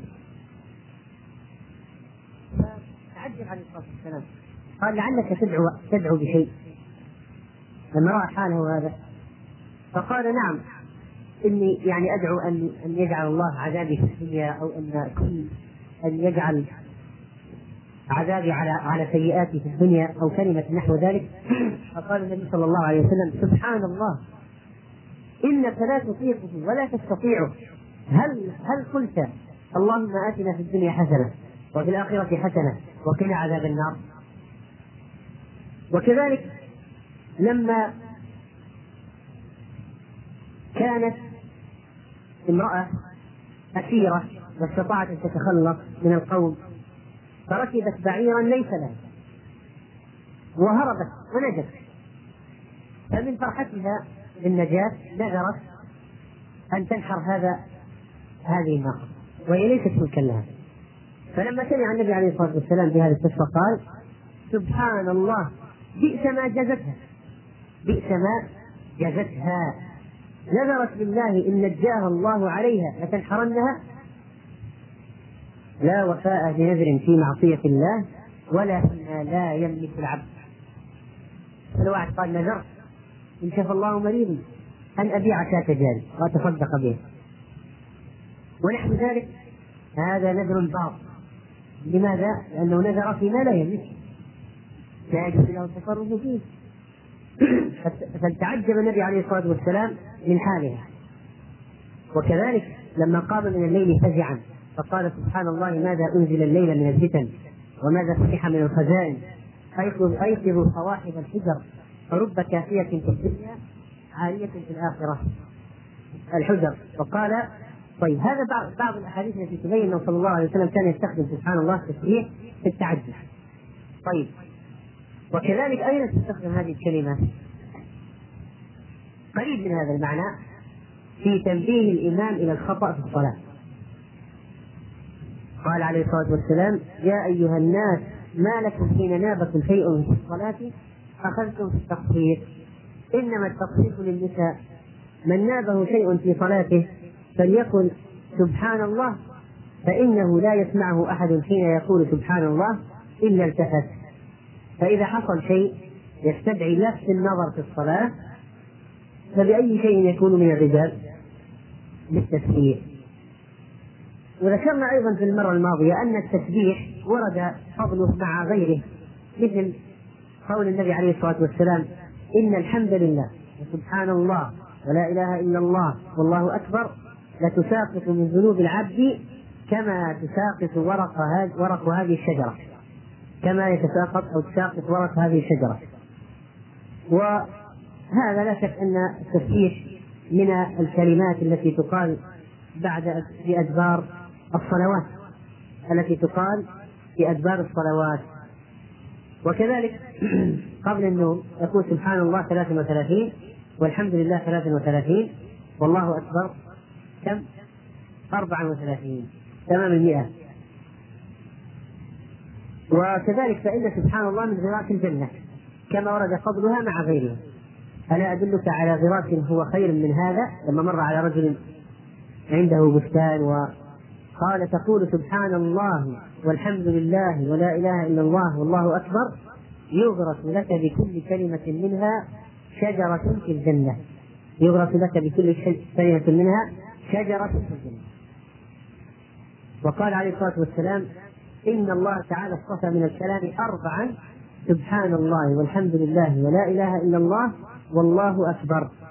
فتعجب عليه الصلاة والسلام قال: لعلك تدعو بشيء. لما رأى حاله هذا فقال: نعم، إني يعني أدعو أن يجعل الله عذابي في الدنيا، أو أن كل أن يجعل عذابي على سيئاتي في الدنيا أو كلمة نحو ذلك. فقال النبي صلى الله عليه وسلم: سبحان الله، إنك لا تطيقه ولا تستطيعه. هل قلت اللهم آتنا في الدنيا حسنة وفي الآخرة حسنة وقنا عذاب النار؟ وكذلك لما كانت امرأة أسيرة واستطاعت أن تتخلص من القوم، فركبت بعيرا ليس لها وهربت ونجت، فمن فرحتها بالنجاة نذرت أن تنحر هذه الناقة وهي ليست ملكا لها. فلما سمع النبي عليه الصلاة والسلام بهذه القصة قال: سبحان الله، بئس ما جزتها، بئس ما جزتها، نذرت بالله إن نجاها الله عليها لتنحرنها. لا وفاء بنذر في معصية الله ولا فيما لا يملك العبد. الواحد قال: نذرت إن شفى الله مريضي أن أبيع شاة جاري وأتصدق به، ونحو ذلك، هذا نذر باطل. لماذا؟ لأنه نذر فيما لا يملك، لا يجوز له التصرف فيه. فلتعجب النبي عليه الصلاة والسلام من حالها. وكذلك لما قام من الليل فزعا فقال: سبحان الله، ماذا أنزل الليل من الفتن وماذا فتح من الخزائن، أيقظوا صواحب الحجر فرب كافية في الدنيا عالية في الآخرة الحجر. وقال: طيب، هذا بعض الأحاديث التي تبين أنه صلى الله عليه وسلم كان يستخدم سبحان الله تسبيح في التعجب. طيب، وكذلك أين تستخدم هذه الكلمة؟ قريب من هذا المعنى في تنبيه الإمام إلى الخطأ في الصلاة. قال عليه الصلاة والسلام: يا أيها الناس، ما لكم حين نابكم شيء في الصلاة أخذتم في التخفيف، إنما التخفيف للنساء، من نابه شيء في صلاته فليقل سبحان الله، فإنه لا يسمعه أحد حين يقول سبحان الله إلا التفت. فإذا حصل شيء يستدعي لفت النظر في الصلاة، فبأي شيء يكون من الرجال؟ بالتسبيح. وذكرنا أيضا في المرة الماضية أن التسبيح ورد فضله مع غيره، مثل قول النبي عليه الصلاة والسلام: إن الحمد لله وسبحان الله ولا إله إلا الله والله أكبر لتساقط من ذنوب العبد كما تساقط ورق هذه الشجرة، كما يتساقط أو تساقط ورق هذه الشجرة. وهذا لا شك أن التسبيح من الكلمات التي تقال في أدبار الصلوات، التي تقال في أدبار الصلوات. وكذلك قبل النوم يقول سبحان الله 33 والحمد لله 33 والله أكبر كم؟ 34، تمام 100. وكذلك فإن سبحان الله من غراس الجنة كما ورد فضلها مع غيرها. ألا أدلك على غراس هو خير من هذا؟ لما مر على رجل عنده بستان وقال: تقول سبحان الله والحمد لله ولا إله إلا الله والله أكبر يغرس لك بكل كلمة منها شجرة في الجنة، يغرس لك بكل كلمة منها شجرة في الجنة. وقال عليه الصلاة والسلام: إن الله تعالى اصطفى من الكلام 4: سبحان الله والحمد لله ولا إله إلا الله والله أكبر.